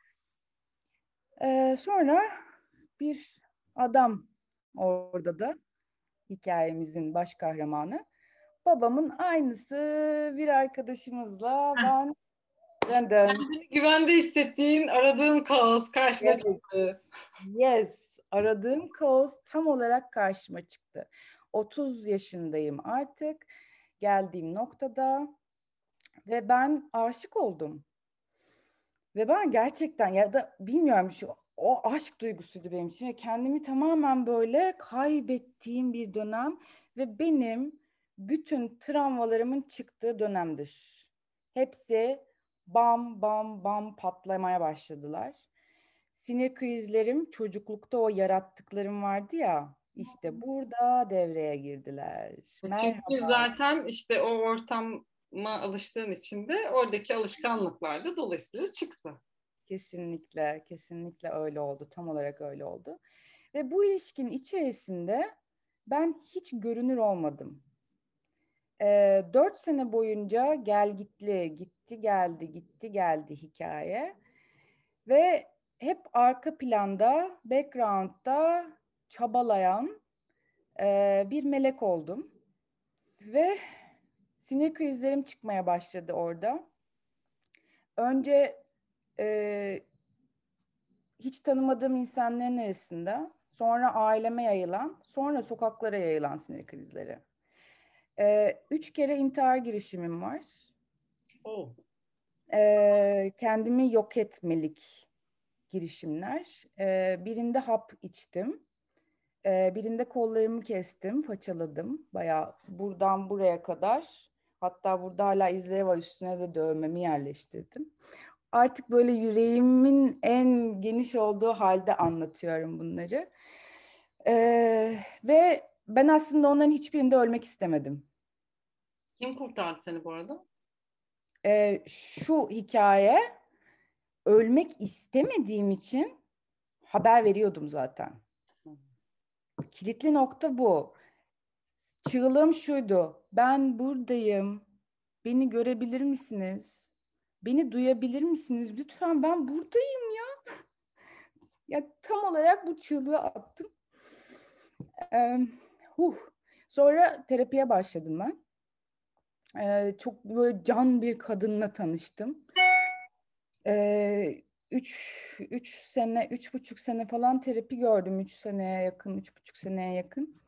E, sonra bir adam orada da hikayemizin baş kahramanı. Babamın aynısı bir arkadaşımızla ben döndüm. Kendini güvende hissettiğin, aradığın kaos karşına Yes. çıktı. Yes, aradığım kaos tam olarak karşıma çıktı. otuz yaşındayım artık, geldiğim noktada ve ben aşık oldum. Ve ben gerçekten ya da bilmiyorum şu o aşk duygusuydu benim için ve kendimi tamamen böyle kaybettiğim bir dönem ve benim bütün travmalarımın çıktığı dönemdir. Hepsi bam bam bam patlamaya başladılar. Sinir krizlerim, çocuklukta o yarattıklarım vardı ya, işte burada devreye girdiler. Çünkü Merhaba. zaten işte o ortama alıştığın için de oradaki alışkanlıklar da dolayısıyla çıktı. Kesinlikle, kesinlikle öyle oldu. Tam olarak öyle oldu. Ve bu ilişkinin içerisinde ben hiç görünür olmadım. Ee, dört sene boyunca gel gitli, gitti geldi, gitti geldi hikaye. Ve hep arka planda, background'da çabalayan e, bir melek oldum. Ve sinir krizlerim çıkmaya başladı orada. Önce e, hiç tanımadığım insanların arasında, sonra aileme yayılan, sonra sokaklara yayılan sinir krizleri. E, üç kere intihar girişimim var. Oh. E, kendimi yok etmelik girişimler. E, birinde hap içtim. E, birinde kollarımı kestim, façaladım. Bayağı buradan buraya kadar. Hatta burada hala izleri var, üstüne de dövmemi yerleştirdim. Artık böyle yüreğimin en geniş olduğu halde anlatıyorum bunları. Ee, ve ben aslında onların hiçbirinde ölmek istemedim. Kim kurtardı seni bu arada? Ee, şu hikaye, ölmek istemediğim için haber veriyordum zaten. Kilitli nokta bu. Çığlığım şuydu: ben buradayım. Beni görebilir misiniz? Beni duyabilir misiniz? Lütfen, ben buradayım ya. Ya tam olarak bu çığlığı attım. Ee, huh. Sonra terapiye başladım ben. Ee, çok böyle can bir kadınla tanıştım. Ee, üç, üç sene, üç buçuk sene falan terapi gördüm. Üç seneye yakın, üç buçuk seneye yakın.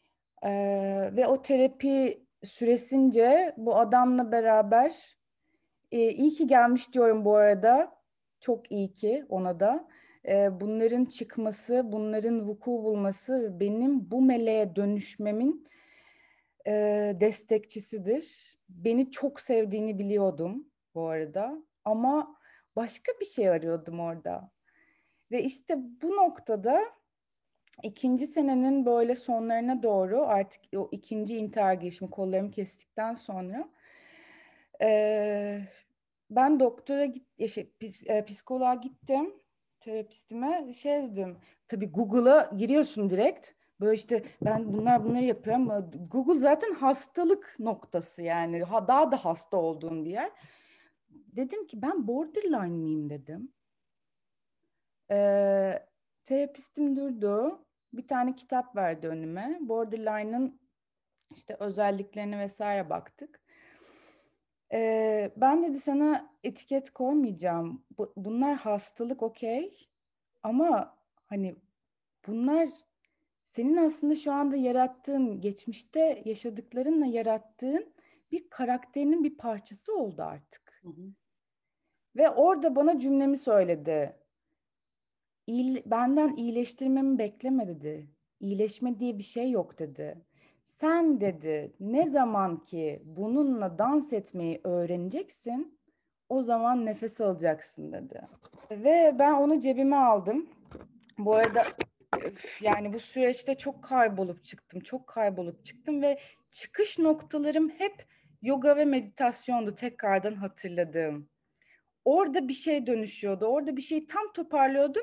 Ee, ve o terapi süresince bu adamla beraber e, iyi ki gelmiş diyorum bu arada. Çok iyi ki ona da. Ee, bunların çıkması, bunların vuku bulması benim bu meleğe dönüşmemin e, destekçisidir. Beni çok sevdiğini biliyordum bu arada. Ama başka bir şey arıyordum orada. Ve işte bu noktada ikinci senenin böyle sonlarına doğru, artık o ikinci intihar girişimi, kollarımı kestikten sonra e, ben doktora git, şey, pis- e, psikoloğa gittim, terapistime şey dedim. Tabii Google'a giriyorsun direkt. Böyle işte ben bunlar bunları yapıyorum. Ama Google zaten hastalık noktası, yani ha, daha da hasta olduğun bir yer. Dedim ki ben borderline miyim dedim. Ee, Terapistim durdu. Bir tane kitap verdi önüme. Borderline'ın işte özelliklerine vesaire baktık. Ee, ben dedi sana etiket koymayacağım. Bu- bunlar hastalık, okey. Ama hani bunlar senin aslında şu anda yarattığın, geçmişte yaşadıklarınla yarattığın bir karakterinin bir parçası oldu artık. Hı hı. Ve orada bana cümlemi söyledi. İyil- benden iyileştirmemi bekleme dedi. İyileşme diye bir şey yok dedi. Sen dedi, ne zaman ki bununla dans etmeyi öğreneceksin, o zaman nefes alacaksın dedi. Ve ben onu cebime aldım. Bu arada öf, yani bu süreçte çok kaybolup çıktım, çok kaybolup çıktım ve çıkış noktalarım hep yoga ve meditasyondu, tekrardan hatırladığım. Orada bir şey dönüşüyordu, orada bir şey tam toparlıyordum.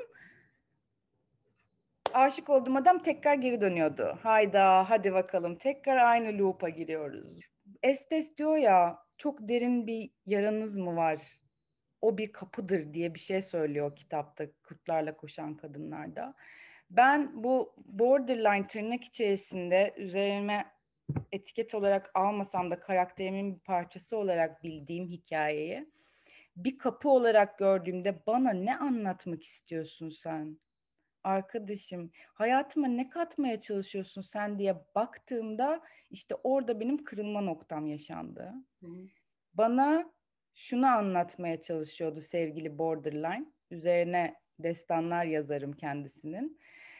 Aşık olduğum adam tekrar geri dönüyordu. Hayda, hadi bakalım, tekrar aynı loop'a giriyoruz. Estes diyor ya, çok derin bir yaranız mı var? O bir kapıdır diye bir şey söylüyor kitapta, Kurtlarla Koşan Kadınlar'da. Ben bu borderline tırnak içerisinde üzerime etiket olarak almasam da karakterimin bir parçası olarak bildiğim hikayeyi bir kapı olarak gördüğümde, bana ne anlatmak istiyorsun sen? Arkadaşım, hayatıma ne katmaya çalışıyorsun sen diye baktığımda işte orada benim kırılma noktam yaşandı. Hı hı. Bana şunu anlatmaya çalışıyordu sevgili borderline. Üzerine destanlar yazarım kendisinin.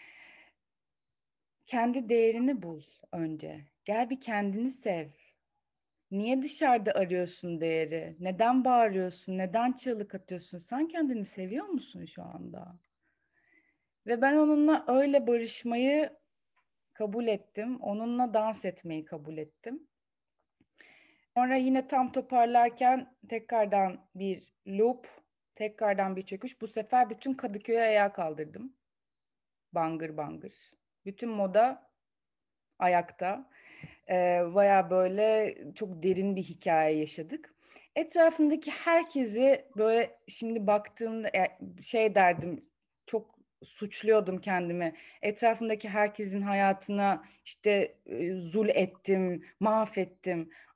Kendi değerini bul önce. Gel bir kendini sev. Niye dışarıda arıyorsun değeri? Neden bağırıyorsun? Neden çığlık atıyorsun? Sen kendini seviyor musun şu anda? Ve ben onunla öyle barışmayı kabul ettim. Onunla dans etmeyi kabul ettim. Sonra yine tam toparlarken tekrardan bir loop, tekrardan bir çöküş. Bu sefer bütün Kadıköy'ü ayağa kaldırdım. Bangır bangır. Bütün moda ayakta. Ee, baya böyle çok derin bir hikaye yaşadık. Etrafımdaki herkesi böyle şimdi baktığımda e, şey derdim, çok suçluyordum kendimi. Etrafımdaki herkesin hayatına işte e, zul ettim, mahvettim.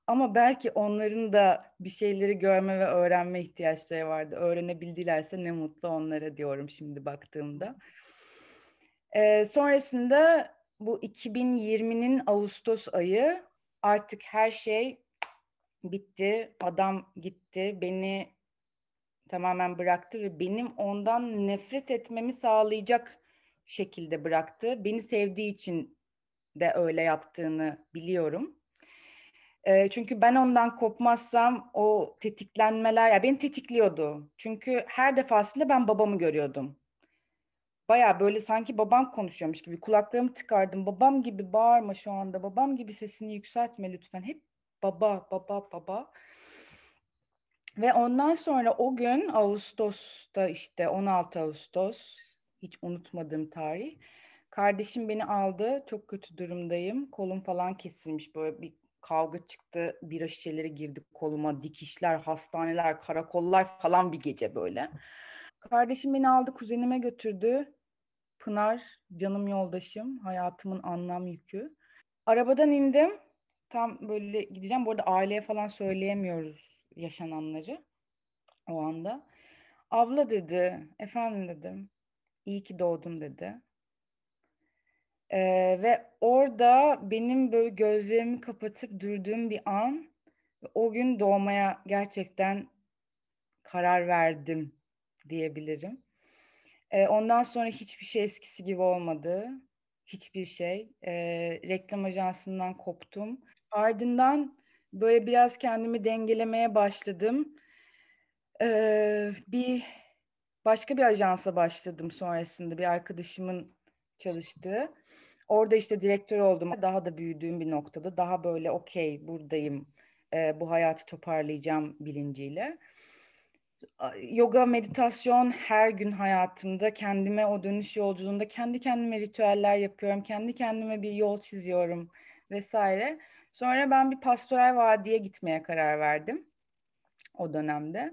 Ama belki onların da bir şeyleri görme ve öğrenme ihtiyaçları vardı. Öğrenebildilerse ne mutlu onlara diyorum şimdi baktığımda. Ee, sonrasında bu iki bin yirminin Ağustos ayı artık her şey bitti. Adam gitti. Beni tamamen bıraktı ve benim ondan nefret etmemi sağlayacak şekilde bıraktı. Beni sevdiği için de öyle yaptığını biliyorum. E, çünkü ben ondan kopmazsam o tetiklenmeler, ya beni tetikliyordu. Çünkü her defasında ben babamı görüyordum. Baya böyle sanki babam konuşuyormuş gibi kulaklarımı tıkardım. Babam gibi bağırma şu anda. Babam gibi sesini yükseltme lütfen. Hep baba, baba, baba. Ve ondan sonra o gün Ağustos'ta işte on altı Ağustos hiç unutmadığım tarih. Kardeşim beni aldı. Çok kötü durumdayım. Kolum falan kesilmiş. Böyle bir kavga çıktı. Bira şişeleri girdi koluma. Dikişler, hastaneler, karakollar falan bir gece böyle. Kardeşim beni aldı kuzenime götürdü. Pınar canım yoldaşım. Hayatımın anlam yükü. Arabadan indim. Tam böyle gideceğim. Bu arada aileye falan söyleyemiyoruz yaşananları o anda. Abla dedi, efendim dedim. İyi ki doğdun dedi. Ee, ve orada benim böyle gözlerimi kapatıp durduğum bir an, o gün doğmaya gerçekten karar verdim diyebilirim. Ee, ondan sonra hiçbir şey eskisi gibi olmadı. Hiçbir şey. Ee, reklam ajansından koptum. Ardından böyle biraz kendimi dengelemeye başladım. Ee, bir başka bir ajansa başladım sonrasında bir arkadaşımın çalıştığı. Orada işte direktör oldum. Daha da büyüdüğüm bir noktada. Daha böyle okey buradayım. Ee, bu hayatı toparlayacağım bilinciyle. Yoga, meditasyon her gün hayatımda. Kendime o dönüş yolculuğunda kendi kendime ritüeller yapıyorum. Kendi kendime bir yol çiziyorum vesaire. Sonra ben bir pastoral vadiye gitmeye karar verdim o dönemde.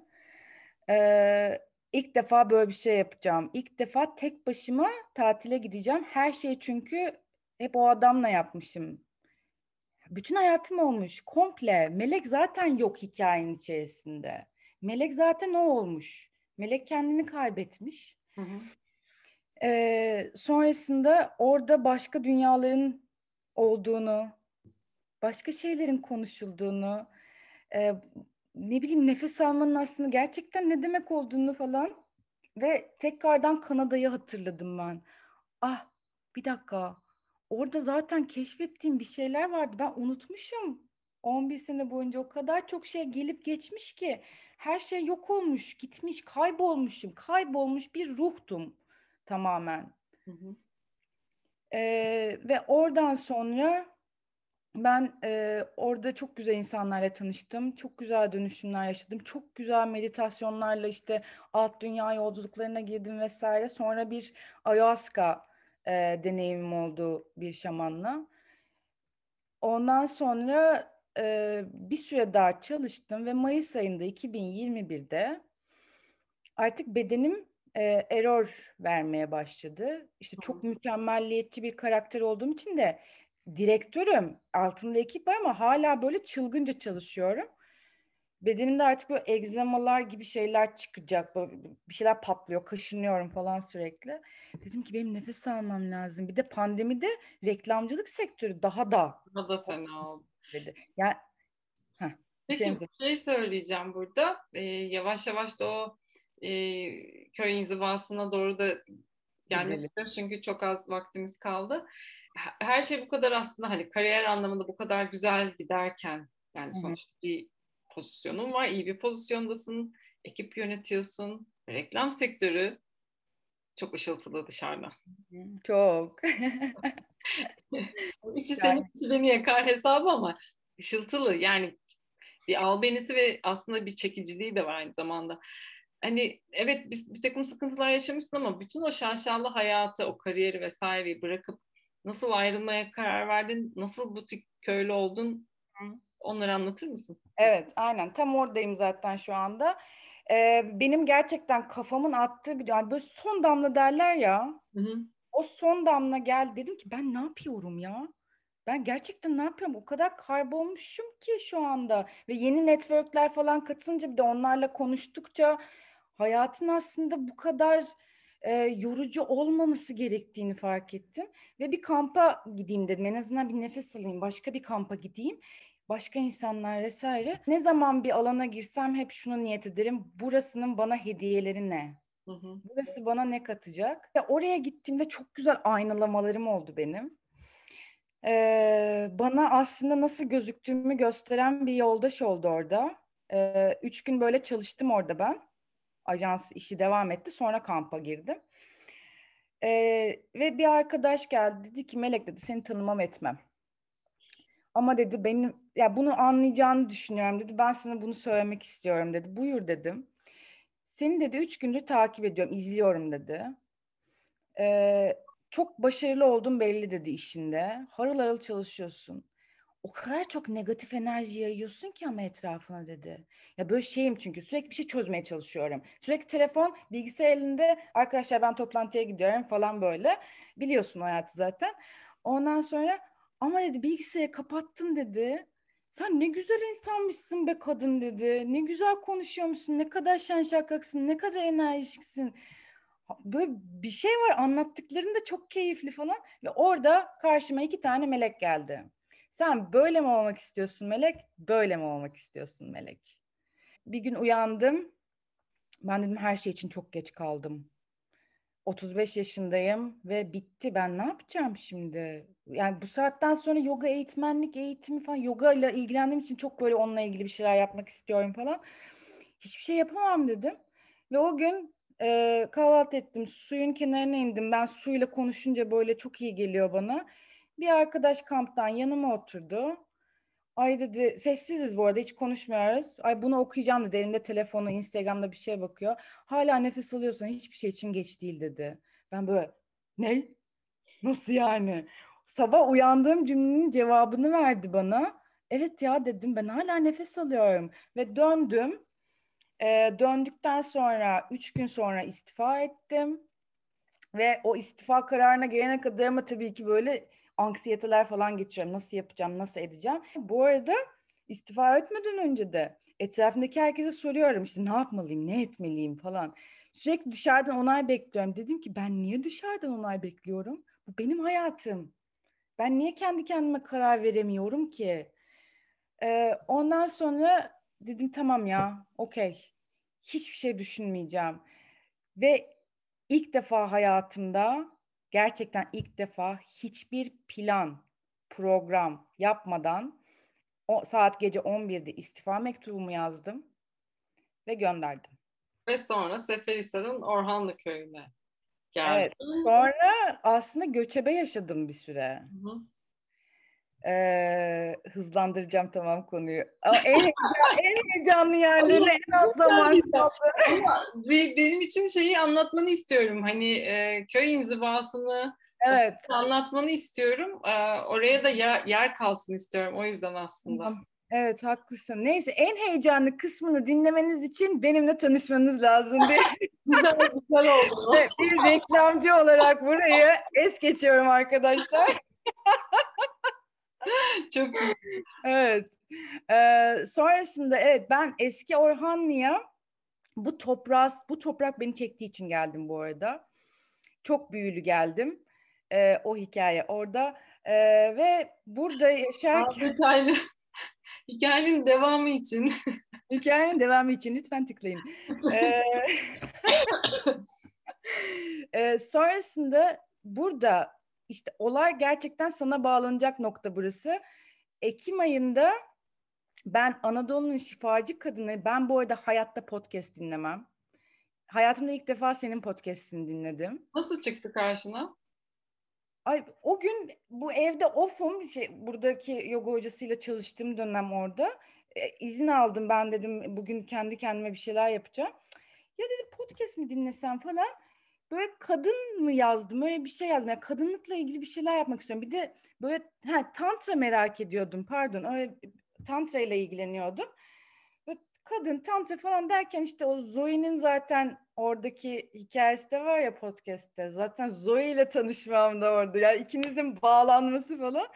Ee, ilk defa böyle bir şey yapacağım. İlk defa tek başıma tatile gideceğim. Her şey çünkü hep o adamla yapmışım. Bütün hayatım olmuş komple. Melek zaten yok hikayenin içerisinde. Melek zaten o olmuş. Melek kendini kaybetmiş. Hı hı. Ee, sonrasında orada başka dünyaların olduğunu, başka şeylerin konuşulduğunu, e, ne bileyim nefes almanın aslında gerçekten ne demek olduğunu falan ve tekrardan Kanada'yı hatırladım ben. Ah, bir dakika. Orada zaten keşfettiğim bir şeyler vardı. Ben unutmuşum. on bir sene boyunca o kadar çok şey gelip geçmiş ki her şey yok olmuş, gitmiş, kaybolmuşum. Kaybolmuş bir ruhtum tamamen. Hı hı. Ee, ve oradan sonra ben e, orada çok güzel insanlarla tanıştım. Çok güzel dönüşümler yaşadım. Çok güzel meditasyonlarla işte alt dünya yolculuklarına girdim vesaire. Sonra bir ayahuasca e, deneyimim oldu bir şamanla. Ondan sonra e, bir süre daha çalıştım ve Mayıs ayında iki bin yirmi birde artık bedenim e, error vermeye başladı. İşte çok mükemmelliyetçi bir karakter olduğum için de direktörüm, altımda ekip var ama hala böyle çılgınca çalışıyorum. Bedenimde artık böyle egzamalar gibi şeyler çıkacak. Böyle bir şeyler patlıyor, kaşınıyorum falan sürekli. Dedim ki benim nefes almam lazım. Bir de pandemide reklamcılık sektörü daha da O da fena oldu. dedi. Yani heh, bir şey Peki mi bir şey söyleyeceğim burada. Ee, yavaş yavaş da o e, köy inzivasına doğru da gelmek gidelim? istiyorum çünkü çok az vaktimiz kaldı. Her şey bu kadar aslında hani kariyer anlamında bu kadar güzel giderken yani Hı hı. sonuçta bir pozisyonun var, iyi bir pozisyondasın, ekip yönetiyorsun, reklam sektörü çok ışıltılı dışarıdan. Çok. İçi senin Yani içi beni yakar hesabı ama ışıltılı yani bir albenisi ve aslında bir çekiciliği de var aynı zamanda. Hani evet biz bir takım sıkıntılar yaşamışsın ama bütün o şaşalı hayatı, o kariyeri vesaireyi bırakıp nasıl ayrılmaya karar verdin, nasıl butik köylü oldun, onları anlatır mısın? evet, aynen. Tam oradayım zaten şu anda. Ee, benim gerçekten kafamın attığı bir yani böyle son damla derler ya. Hı hı. O son damla geldi. Dedim ki ben ne yapıyorum ya? ben gerçekten ne yapıyorum? O kadar kaybolmuşum ki şu anda. Ve yeni networkler falan katılınca bir de onlarla konuştukça hayatın aslında bu kadar e, yorucu olmaması gerektiğini fark ettim. Ve bir kampa gideyim dedim. En azından bir nefes alayım. Başka bir kampa gideyim. Başka insanlar vesaire. Ne zaman bir alana girsem hep şunu niyet ederim. Burasının bana hediyeleri ne? Hı hı. Burası bana ne katacak? Ve oraya gittiğimde çok güzel aynalamalarım oldu benim. Ee, bana aslında nasıl gözüktüğümü gösteren bir yoldaş oldu orada. Ee, üç gün böyle çalıştım orada ben. Ajans işi devam etti. Sonra kampa girdim. Ee, ve bir arkadaş geldi. Dedi ki Melek dedi seni tanımam etmem. Ama dedi benim ya bunu anlayacağını düşünüyorum dedi. Ben sana bunu söylemek istiyorum dedi. Buyur dedim. Seni dedi üç gündür takip ediyorum, izliyorum dedi. Ee, çok başarılı oldun belli dedi işinde. Harıl harıl çalışıyorsun. O kadar çok negatif enerji yayıyorsun ki ama etrafına dedi. Ya böyle şeyim çünkü sürekli bir şey çözmeye çalışıyorum. Sürekli telefon, bilgisayar elinde. Arkadaşlar ben toplantıya gidiyorum falan böyle. Biliyorsun hayatı zaten. Ondan sonra ama dedi bilgisayarı kapattın dedi. Sen ne güzel insanmışsın be kadın dedi. Ne güzel konuşuyormuşsun. Ne kadar şen şakraksın. Ne kadar enerjiksin. Böyle bir şey var anlattıklarında çok keyifli falan. Ve orada karşıma iki tane melek geldi. Sen böyle mi olmak istiyorsun Melek? Böyle mi olmak istiyorsun Melek? Bir gün uyandım. Ben dedim her şey için çok geç kaldım. otuz beş yaşındayım ve bitti. Ben ne yapacağım şimdi? Yani bu saatten sonra yoga eğitmenlik eğitimi falan yoga ile ilgilendiğim için çok böyle onunla ilgili bir şeyler yapmak istiyorum falan. Hiçbir şey yapamam dedim. Ve o gün e, kahvaltı ettim. Suyun kenarına indim. Ben suyla konuşunca böyle çok iyi geliyor bana. Bir arkadaş kamptan yanıma oturdu. Ay dedi sessiziz bu arada hiç konuşmuyoruz. Ay bunu okuyacağım dedi. Elinde telefonu Instagram'da bir şeye bakıyor. Hala nefes alıyorsan hiçbir şey için geç değil dedi. Ben böyle ne? Nasıl yani? Sabah uyandığım cümlenin cevabını verdi bana. Evet ya dedim ben hala nefes alıyorum. Ve döndüm. Ee, döndükten sonra üç gün sonra istifa ettim. Ve o istifa kararına gelene kadar ama tabii ki böyle anksiyeteler falan geçiyorum. Nasıl yapacağım, nasıl edeceğim? Bu arada istifa etmeden önce de etrafındaki herkese soruyorum işte ne yapmalıyım, ne etmeliyim falan. Sürekli dışarıdan onay bekliyorum. Dedim ki ben niye dışarıdan onay bekliyorum? Bu benim hayatım. Ben niye kendi kendime karar veremiyorum ki? Ee, ondan sonra dedim tamam ya, okey. Hiçbir şey düşünmeyeceğim. Ve ilk defa hayatımda gerçekten ilk defa hiçbir plan, program yapmadan o saat gece on birde istifa mektubumu yazdım ve gönderdim. Ve sonra Seferihisar'ın Orhanlı köyüne Evet. geldin. Sonra aslında göçebe yaşadım bir süre. Hı hı. Ee, hızlandıracağım tamam konuyu. Ama en, heyecan, en heyecanlı Ama yerlerine en az güzel zaman güzel. kaldı. Ama be- benim için şeyi anlatmanı istiyorum. Hani e, köy inzivasını o Evet. anlatmanı istiyorum. E, oraya da yer, yer kalsın istiyorum. O yüzden aslında. Tamam. Evet haklısın. Neyse en heyecanlı kısmını dinlemeniz için benimle tanışmanız lazım diye. Güzel güzel oldu. Evet, bir reklamcı olarak burayı es geçiyorum arkadaşlar. Çok iyi. Evet. Ee, sonrasında evet ben eski Orhanlı'ya bu toprağı, bu toprak beni çektiği için geldim bu arada. Çok büyülü geldim. Ee, o hikaye orada. Ee, ve burada Daha yaşarken detaylı hikayenin devamı için. hikayenin devamı için lütfen tıklayın. Ee, Ee, sonrasında burada işte olay gerçekten sana bağlanacak nokta burası. Ekim ayında ben Anadolu'nun şifacı kadını, ben bu arada hayatta podcast dinlemem. Hayatımda ilk defa senin podcast'ini dinledim. Nasıl çıktı karşına? Ay, o gün bu evde off'um, şey, buradaki yoga hocasıyla çalıştığım dönem orada. E, izin aldım ben dedim bugün kendi kendime bir şeyler yapacağım. Ya dedim podcast mi dinlesem falan. Böyle kadın mı yazdım öyle bir şey yazdım. Yani kadınlıkla ilgili bir şeyler yapmak istiyorum. Bir de böyle ha, tantra merak ediyordum pardon. Öyle tantra ile ilgileniyordum. Böyle kadın tantra falan derken işte o Zoe'nin zaten oradaki hikayesi de var ya podcast'te. Zaten Zoe ile tanışmam da orada. Yani ikinizin bağlanması falan.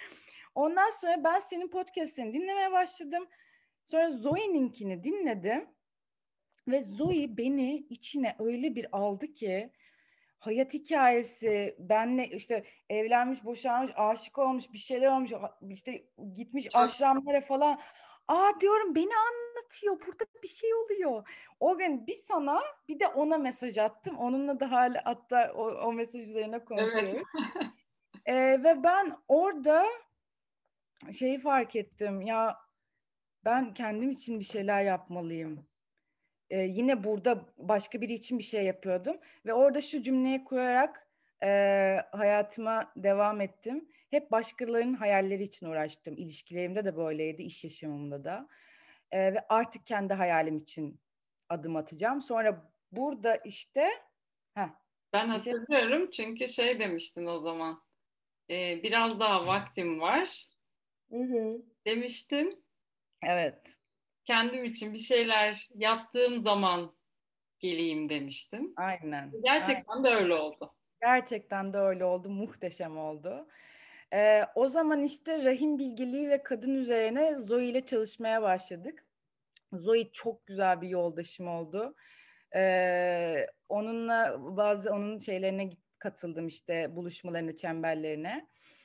Ondan sonra ben senin podcast'ini dinlemeye başladım. Sonra Zoe'ninkini dinledim. Ve Zoe beni içine öyle bir aldı ki hayat hikayesi, benle işte evlenmiş, boşanmış, aşık olmuş, bir şeyler olmuş, işte gitmiş Çok aşramlara falan. Aa diyorum, beni anlatıyor. Burada bir şey oluyor. O gün bir sana bir de ona mesaj attım. Onunla da hala hatta o, o mesaj üzerine evet. konuşuyoruz. Ee, ve ben orada şeyi fark ettim. Ya ben kendim için bir şeyler yapmalıyım. Ee, yine burada başka biri için bir şey yapıyordum ve orada şu cümleyi kurarak e, hayatıma devam ettim. Hep başkalarının hayalleri için uğraştım. İlişkilerimde de böyleydi, iş yaşamımda da. Ee, ve artık kendi hayalim için adım atacağım. Sonra burada işte heh, Ben bir şey. hatırlıyorum çünkü şey demiştin o zaman. E, biraz daha vaktim var Hı hı. demiştin. Evet, Kendim için bir şeyler yaptığım zaman geleyim demiştin. aynen. Gerçekten de öyle oldu. Gerçekten de öyle oldu. Muhteşem oldu. Ee, o zaman işte rahim bilgiliği ve kadın üzerine Zoe ile çalışmaya başladık. Zoe çok güzel bir yoldaşım oldu. Ee, onunla bazı onun şeylerine git- katıldım, işte buluşmalarına, çemberlerine.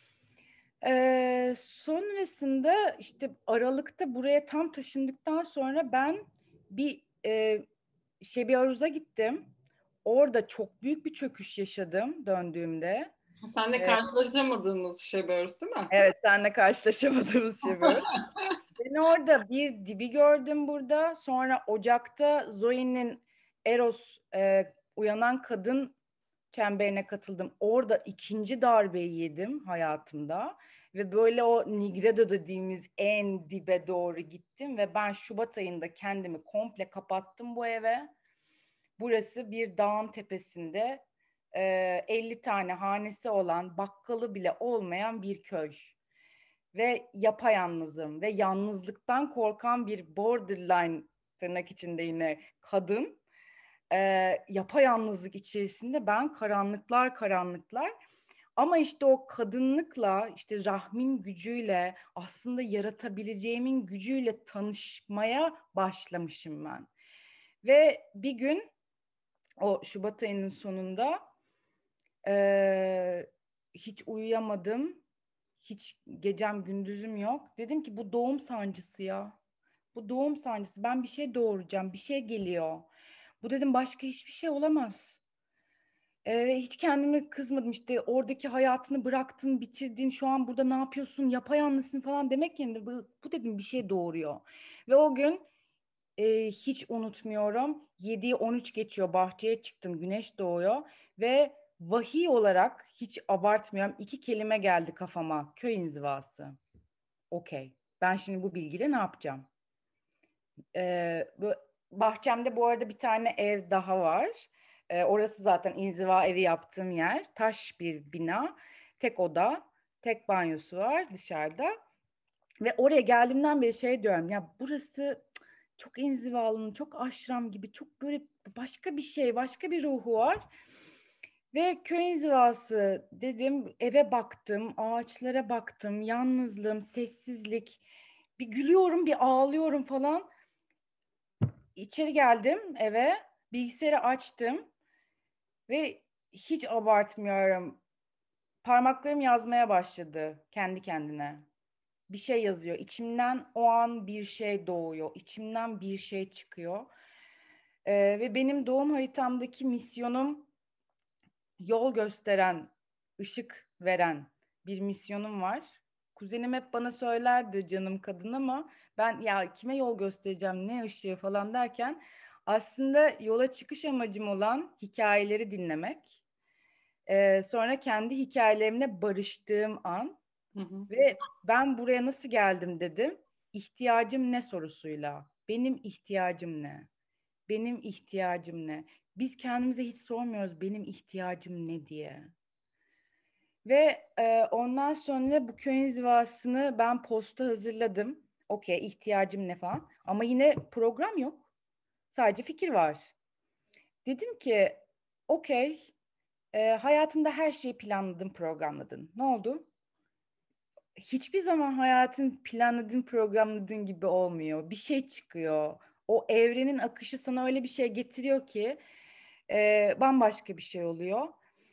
Ee, sonrasında işte Aralık'ta buraya tam taşındıktan sonra ben bir e, Şebi Aruz'a gittim. Orada çok büyük bir çöküş yaşadım döndüğümde. Seninle Ee, karşılaşamadığımız şey Börs değil mi? evet, seninle karşılaşamadığımız Şebi Aruz. Ben orada bir dibi gördüm burada. Sonra Ocak'ta Zoe'nin Eros e, uyanan kadın çemberine katıldım. Orada ikinci darbeyi yedim hayatımda. Ve böyle o Nigredo dediğimiz en dibe doğru gittim. Ve ben Şubat ayında kendimi komple kapattım bu eve. Burası bir dağın tepesinde e, elli tane hanesi olan, bakkalı bile olmayan bir köy. Ve yapayalnızım ve yalnızlıktan korkan bir borderline, tırnak içinde yine, kadın. E, yapayalnızlık içerisinde ben karanlıklar karanlıklar. Ama işte o kadınlıkla, işte rahmin gücüyle, aslında yaratabileceğimin gücüyle tanışmaya başlamışım ben. Ve bir gün o Şubat ayının sonunda eee, hiç uyuyamadım. Hiç gecem gündüzüm yok. Dedim ki bu doğum sancısı ya. Bu doğum sancısı. Ben bir şey doğuracağım. Bir şey geliyor. Bu dedim başka hiçbir şey olamaz. Ee, ve hiç kendime kızmadım, işte oradaki hayatını bıraktın, bitirdin, şu an burada ne yapıyorsun, yapayalnızsın falan demek yerine bu, bu dedim bir şey doğuruyor. Ve o gün e, hiç unutmuyorum, yediği on üç geçiyor, bahçeye çıktım, güneş doğuyor ve vahiy olarak hiç abartmıyorum iki kelime geldi kafama: köy inzivası. Okey, ben şimdi bu bilgiyle ne yapacağım? Ee, bu, bahçemde bu arada bir tane ev daha var. Ee, orası zaten inziva evi yaptığım yer. Taş bir bina, tek oda, tek banyosu var dışarıda. Ve oraya geldiğimden beri şey diyorum ya, burası çok inzivalı, çok aşram gibi, çok böyle başka bir şey, başka bir ruhu var. Ve köy inzivası dedim, eve baktım, ağaçlara baktım, yalnızlığım, sessizlik. Bir gülüyorum, bir ağlıyorum falan. İçeri geldim eve, bilgisayarı açtım ve hiç abartmıyorum, parmaklarım yazmaya başladı kendi kendine. Bir şey yazıyor. İçimden o an bir şey doğuyor. İçimden bir şey çıkıyor. Ee, ve benim doğum haritamdaki misyonum, yol gösteren, ışık veren bir misyonum var. Kuzenim hep bana söylerdi, canım kadın, ama ben ya kime yol göstereceğim, ne ışığı falan derken, aslında yola çıkış amacım olan hikayeleri dinlemek. Ee, sonra kendi hikayelerimle barıştığım an Hı hı. ve ben buraya nasıl geldim dedim. İhtiyacım ne sorusuyla. Benim ihtiyacım ne? Benim ihtiyacım ne? Biz kendimize hiç sormuyoruz benim ihtiyacım ne diye. Ve e, ondan sonra bu köy inzivasını ben posta hazırladım. Okey, ihtiyacım ne falan. Ama yine program yok. Sadece fikir var. Dedim ki okey, e, hayatında her şeyi planladın, programladın. Ne oldu? hiçbir zaman hayatın planladığın, programladığın gibi olmuyor. Bir şey çıkıyor. O evrenin akışı sana öyle bir şey getiriyor ki e, bambaşka bir şey oluyor.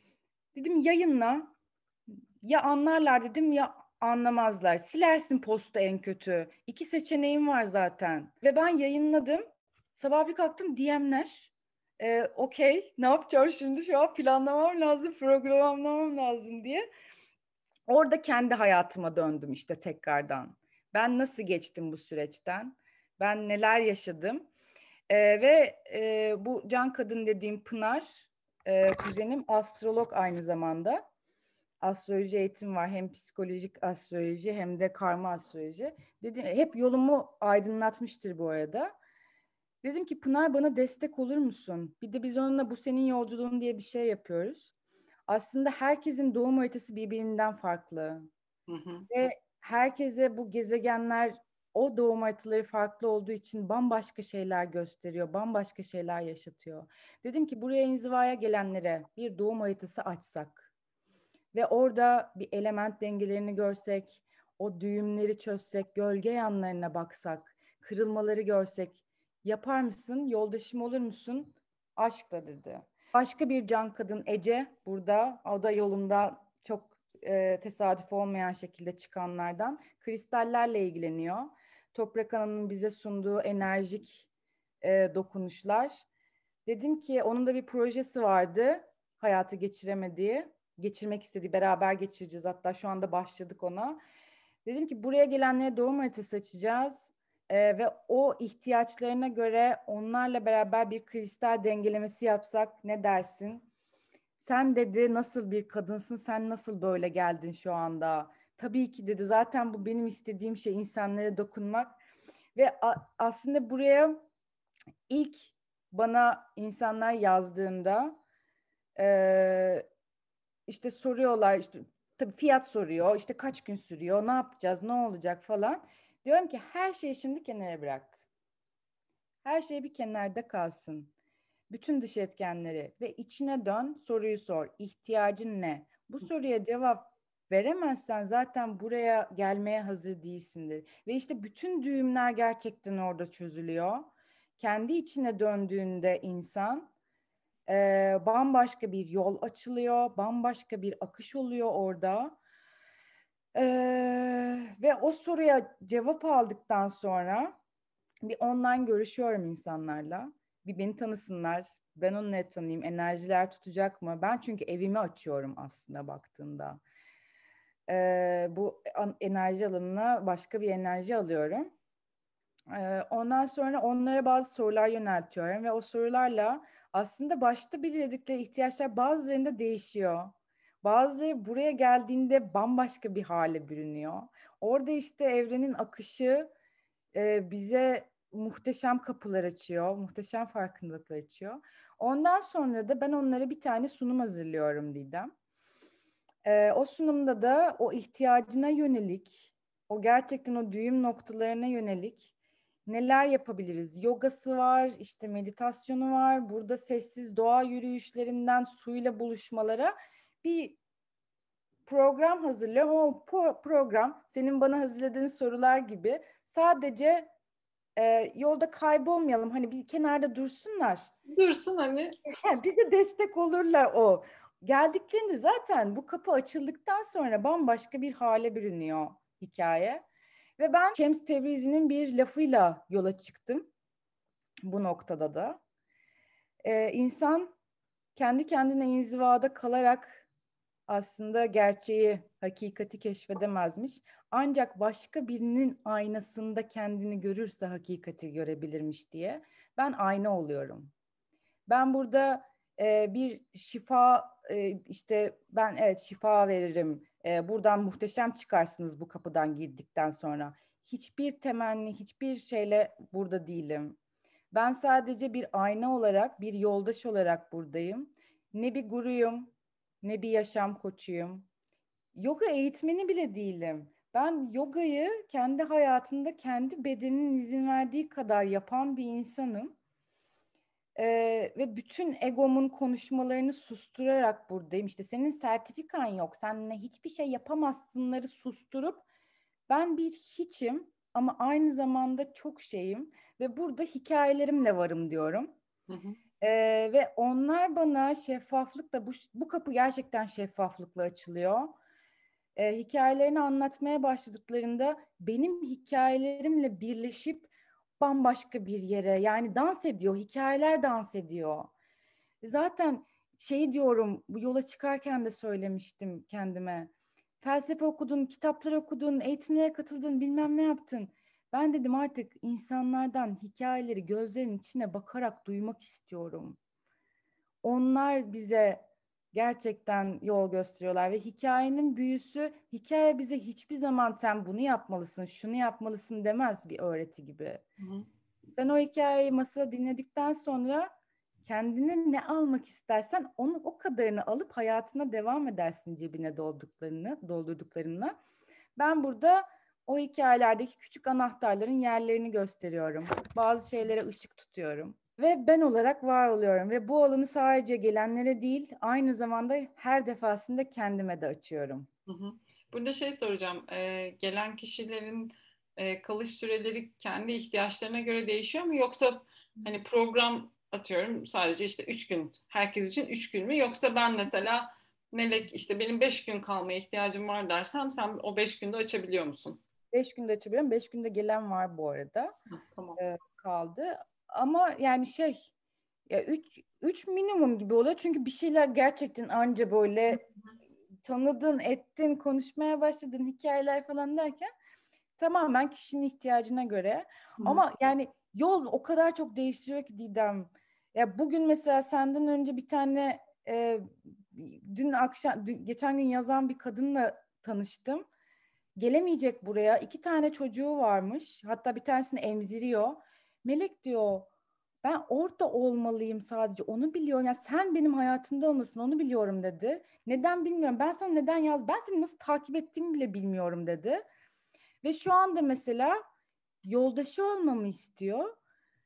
Dedim yayınla. Ya anlarlar dedim ya anlamazlar. Silersin postu en kötü. İki seçeneğim var zaten. Ve ben yayınladım. Sabah bir kalktım D M'ler. Ee, Okey, ne yapacağım şimdi? Şu an planlamam lazım, programlamam lazım diye. Orada kendi hayatıma döndüm işte tekrardan. Ben nasıl geçtim bu süreçten? Ben neler yaşadım? Ee, ve e, bu can kadın dediğim Pınar, e, kuzenim astrolog aynı zamanda. Astroloji eğitim var. Hem psikolojik astroloji hem de karma astroloji. Dedim hep yolumu aydınlatmıştır bu arada. Dedim ki Pınar bana destek olur musun? Bir de biz onunla bu senin yolculuğun diye bir şey yapıyoruz. Aslında herkesin doğum haritası birbirinden farklı. Hı hı. Ve herkese bu gezegenler o doğum haritaları farklı olduğu için bambaşka şeyler gösteriyor, bambaşka şeyler yaşatıyor. Dedim ki buraya inzivaya gelenlere bir doğum haritası açsak ve orada bir element dengelerini görsek, o düğümleri çözsek, gölge yanlarına baksak, kırılmaları görsek, yapar mısın, yoldaşım olur musun? Aşkla dedi. Başka bir can kadın Ece burada, o da yolumda çok e, tesadüf olmayan şekilde çıkanlardan kristallerle ilgileniyor. Toprak Ana'nın bize sunduğu enerjik e, dokunuşlar. Dedim ki onun da bir projesi vardı hayatı geçiremediği, geçirmek istediği, beraber geçireceğiz. Hatta şu anda başladık ona. Dedim ki buraya gelenlere doğum haritası açacağız. Ee, ve o ihtiyaçlarına göre onlarla beraber bir kristal dengelemesi yapsak ne dersin? Sen dedi nasıl bir kadınsın, sen nasıl böyle geldin şu anda? Tabii ki dedi zaten bu benim istediğim şey insanlara dokunmak. Ve a- aslında buraya ilk bana insanlar yazdığında e, işte soruyorlar işte tabii fiyat soruyor işte kaç gün sürüyor ne yapacağız ne olacak falan. Diyorum ki her şeyi şimdi kenara bırak. Her şey bir kenarda kalsın. Bütün dış etkenleri ve içine dön soruyu sor. İhtiyacın ne? Bu soruya cevap veremezsen zaten buraya gelmeye hazır değilsindir. Ve işte bütün düğümler gerçekten orada çözülüyor. Kendi içine döndüğünde insan e, bambaşka bir yol açılıyor, bambaşka bir akış oluyor orada. E, ve o soruya cevap aldıktan sonra bir online görüşüyorum insanlarla. Bir beni tanısınlar, ben onları tanıyayım, enerjiler tutacak mı? Ben çünkü evimi açıyorum aslında baktığında. E, bu enerji alanına başka bir enerji alıyorum. Ee, Ondan sonra onlara bazı sorular yöneltiyorum ve o sorularla aslında başta belirledikleri ihtiyaçlar bazılarında değişiyor. Bazıları buraya geldiğinde bambaşka bir hale bürünüyor. Orada işte evrenin akışı e, bize muhteşem kapılar açıyor, muhteşem farkındalıklar açıyor. Ondan sonra da ben onlara bir tane sunum hazırlıyorum Didem. Ee, o sunumda da o ihtiyacına yönelik, o gerçekten o düğüm noktalarına yönelik neler yapabiliriz? Yogası var, işte meditasyonu var. Burada sessiz doğa yürüyüşlerinden suyla buluşmalara bir program hazırlıyorum. O pro- program senin bana hazırladığın sorular gibi sadece e, yolda kaybolmayalım. Hani bir kenarda dursunlar. Dursun hani. Yani bize destek olurlar o. Geldiklerinde zaten bu kapı açıldıktan sonra bambaşka bir hale bürünüyor hikaye. Ve ben Şems Tebrizi'nin bir lafıyla yola çıktım bu noktada da. Ee, insan kendi kendine inzivada kalarak aslında gerçeği, hakikati keşfedemezmiş. Ancak başka birinin aynasında kendini görürse hakikati görebilirmiş diye. Ben ayna oluyorum. Ben burada e, bir şifa e, işte ben evet şifa veririm. E, buradan muhteşem çıkarsınız bu kapıdan girdikten sonra. Hiçbir temenni, hiçbir şeyle burada değilim. Ben sadece bir ayna olarak, bir yoldaş olarak buradayım. Ne bir guruyum, ne bir yaşam koçuyum. Yoga eğitmeni bile değilim. Ben yogayı kendi hayatında kendi bedeninin izin verdiği kadar yapan bir insanım. Ee, ve bütün egomun konuşmalarını susturarak buradayım. İşte senin sertifikan yok, seninle hiçbir şey yapamazsınları susturup Ben bir hiçim ama aynı zamanda çok şeyim ve burada hikayelerimle varım diyorum. Hı hı. Ee, ve onlar bana şeffaflıkla, bu, bu kapı gerçekten şeffaflıkla açılıyor. Ee, hikayelerini anlatmaya başladıklarında benim hikayelerimle birleşip bambaşka bir yere, yani dans ediyor, hikayeler dans ediyor. Zaten şey diyorum, bu yola çıkarken de söylemiştim kendime. Felsefe okudun, kitaplar okudun, eğitimlere katıldın, bilmem ne yaptın. Ben dedim artık insanlardan hikayeleri gözlerinin içine bakarak duymak istiyorum. Onlar bize gerçekten yol gösteriyorlar ve hikayenin büyüsü, hikaye bize hiçbir zaman sen bunu yapmalısın, şunu yapmalısın demez, bir öğreti gibi. Hı hı. Sen o hikayeyi masada dinledikten sonra kendine ne almak istersen onu, o kadarını alıp hayatına devam edersin, cebine dolduklarını, doldurduklarınla. Ben burada o hikayelerdeki küçük anahtarların yerlerini gösteriyorum. Bazı şeylere ışık tutuyorum. Ve ben olarak var oluyorum. Ve bu alanı sadece gelenlere değil, aynı zamanda her defasında kendime de açıyorum. Hı hı. Burada şey soracağım. Ee, gelen kişilerin e, kalış süreleri kendi ihtiyaçlarına göre değişiyor mu? Yoksa hani program atıyorum sadece işte üç gün. Herkes için üç gün mü? Yoksa ben mesela Melek işte benim beş gün kalmaya ihtiyacım var dersem sen o beş günde açabiliyor musun? Beş günde açabiliyorum. Beş günde gelen var bu arada. Hı, tamam. Ee, kaldı. Ama yani şey, ya üç, üç minimum gibi oluyor. Çünkü bir şeyler gerçekten anca böyle tanıdın, ettin, konuşmaya başladın, hikayeler falan derken tamamen kişinin ihtiyacına göre. Hı hı. Ama yani yol o kadar çok değişiyor ki Didem. Ya bugün mesela senden önce bir tane e, dün akşam dün, geçen gün yazan bir kadınla tanıştım. Gelemeyecek buraya. İki tane çocuğu varmış. Hatta bir tanesini emziriyor. Melek diyor, ben orada olmalıyım sadece. Onu biliyorum. Ya sen benim hayatımda olmasın, onu biliyorum dedi. Neden bilmiyorum. Ben sana neden yaz? Ben seni nasıl takip ettiğimi bile bilmiyorum dedi. Ve şu anda mesela yoldaşı olmamı istiyor.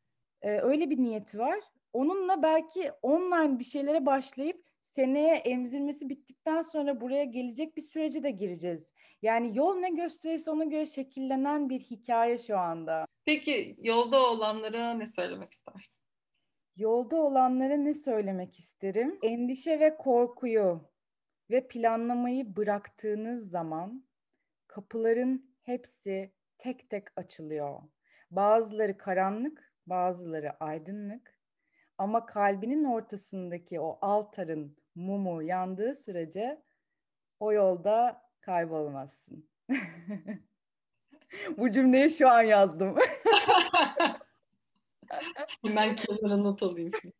Ee, öyle bir niyeti var. Onunla belki online bir şeylere başlayıp seneye emzirmesi bittikten sonra buraya gelecek bir sürece de gireceğiz. Yani yol ne gösterirse ona göre şekillenen bir hikaye şu anda. Peki yolda olanlara ne söylemek istersin? Yolda olanlara ne söylemek isterim? Endişe ve korkuyu ve planlamayı bıraktığınız zaman kapıların hepsi tek tek açılıyor. Bazıları karanlık, bazıları aydınlık. Ama kalbinin ortasındaki o altarın mumu yandığı sürece o yolda kaybolmazsın. Bu cümleyi şu an yazdım. Hemen kenara not alayım şimdi.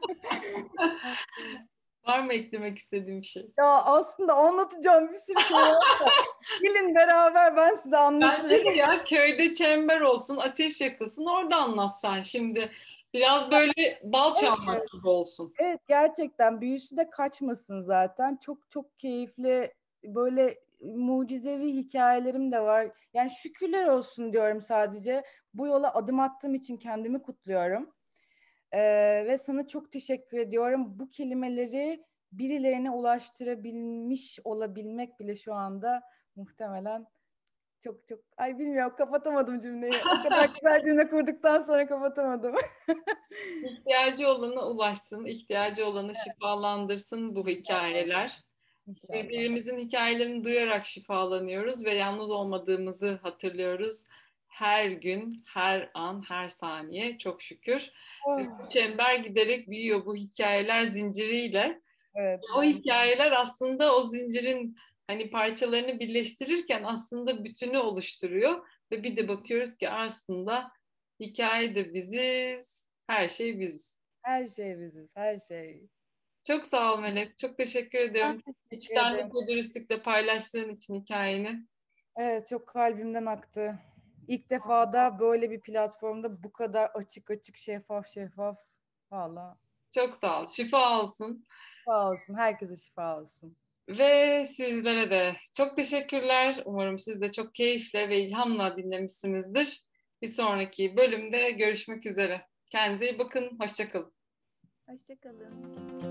Var mı eklemek istediğim bir şey? Ya aslında anlatacağım bir sürü şey var da gelin beraber ben size anlatırım. Bence de ya köyde çember olsun, ateş yakılsın, orada anlatsan şimdi. Biraz böyle bal çalmak Evet, gibi olsun. evet, gerçekten büyüsü de kaçmasın zaten. Çok çok keyifli, böyle mucizevi hikayelerim de var. Yani şükürler olsun diyorum sadece. Bu yola adım attığım için kendimi kutluyorum. Ee, ve sana çok teşekkür ediyorum. Bu kelimeleri birilerine ulaştırabilmiş olabilmek bile şu anda muhtemelen çok çok... Ay bilmiyorum, kapatamadım cümleyi. O kadar güzel cümle kurduktan sonra kapatamadım. İhtiyacı olana ulaşsın, ihtiyacı olanı şifalandırsın bu hikayeler. İnşallah. Birbirimizin hikayelerini duyarak şifalanıyoruz ve yalnız olmadığımızı hatırlıyoruz. Her gün, her an, her saniye çok şükür. Ve bu Oh, çember giderek büyüyor bu hikayeler zinciriyle. evet O ben hikayeler aslında o zincirin hani parçalarını birleştirirken aslında bütünü oluşturuyor. Ve bir de bakıyoruz ki aslında hikaye de biziz, her şey biziz. her şey biziz, her şey. Çok sağ ol Melek. Çok teşekkür Ben ederim. teşekkür ederim. İçtenlik ve dürüstlükle paylaştığın için hikayeni. Evet, çok kalbimden aktı. İlk defa da böyle bir platformda bu kadar açık açık, şeffaf şeffaf. Valla Çok sağ ol. Şifa olsun. şifa olsun. Herkese şifa olsun. Ve sizlere de çok teşekkürler. Umarım siz de çok keyifle ve ilhamla dinlemişsinizdir. Bir sonraki bölümde görüşmek üzere. Kendinize iyi bakın. Hoşça kalın. Hoşçakalın.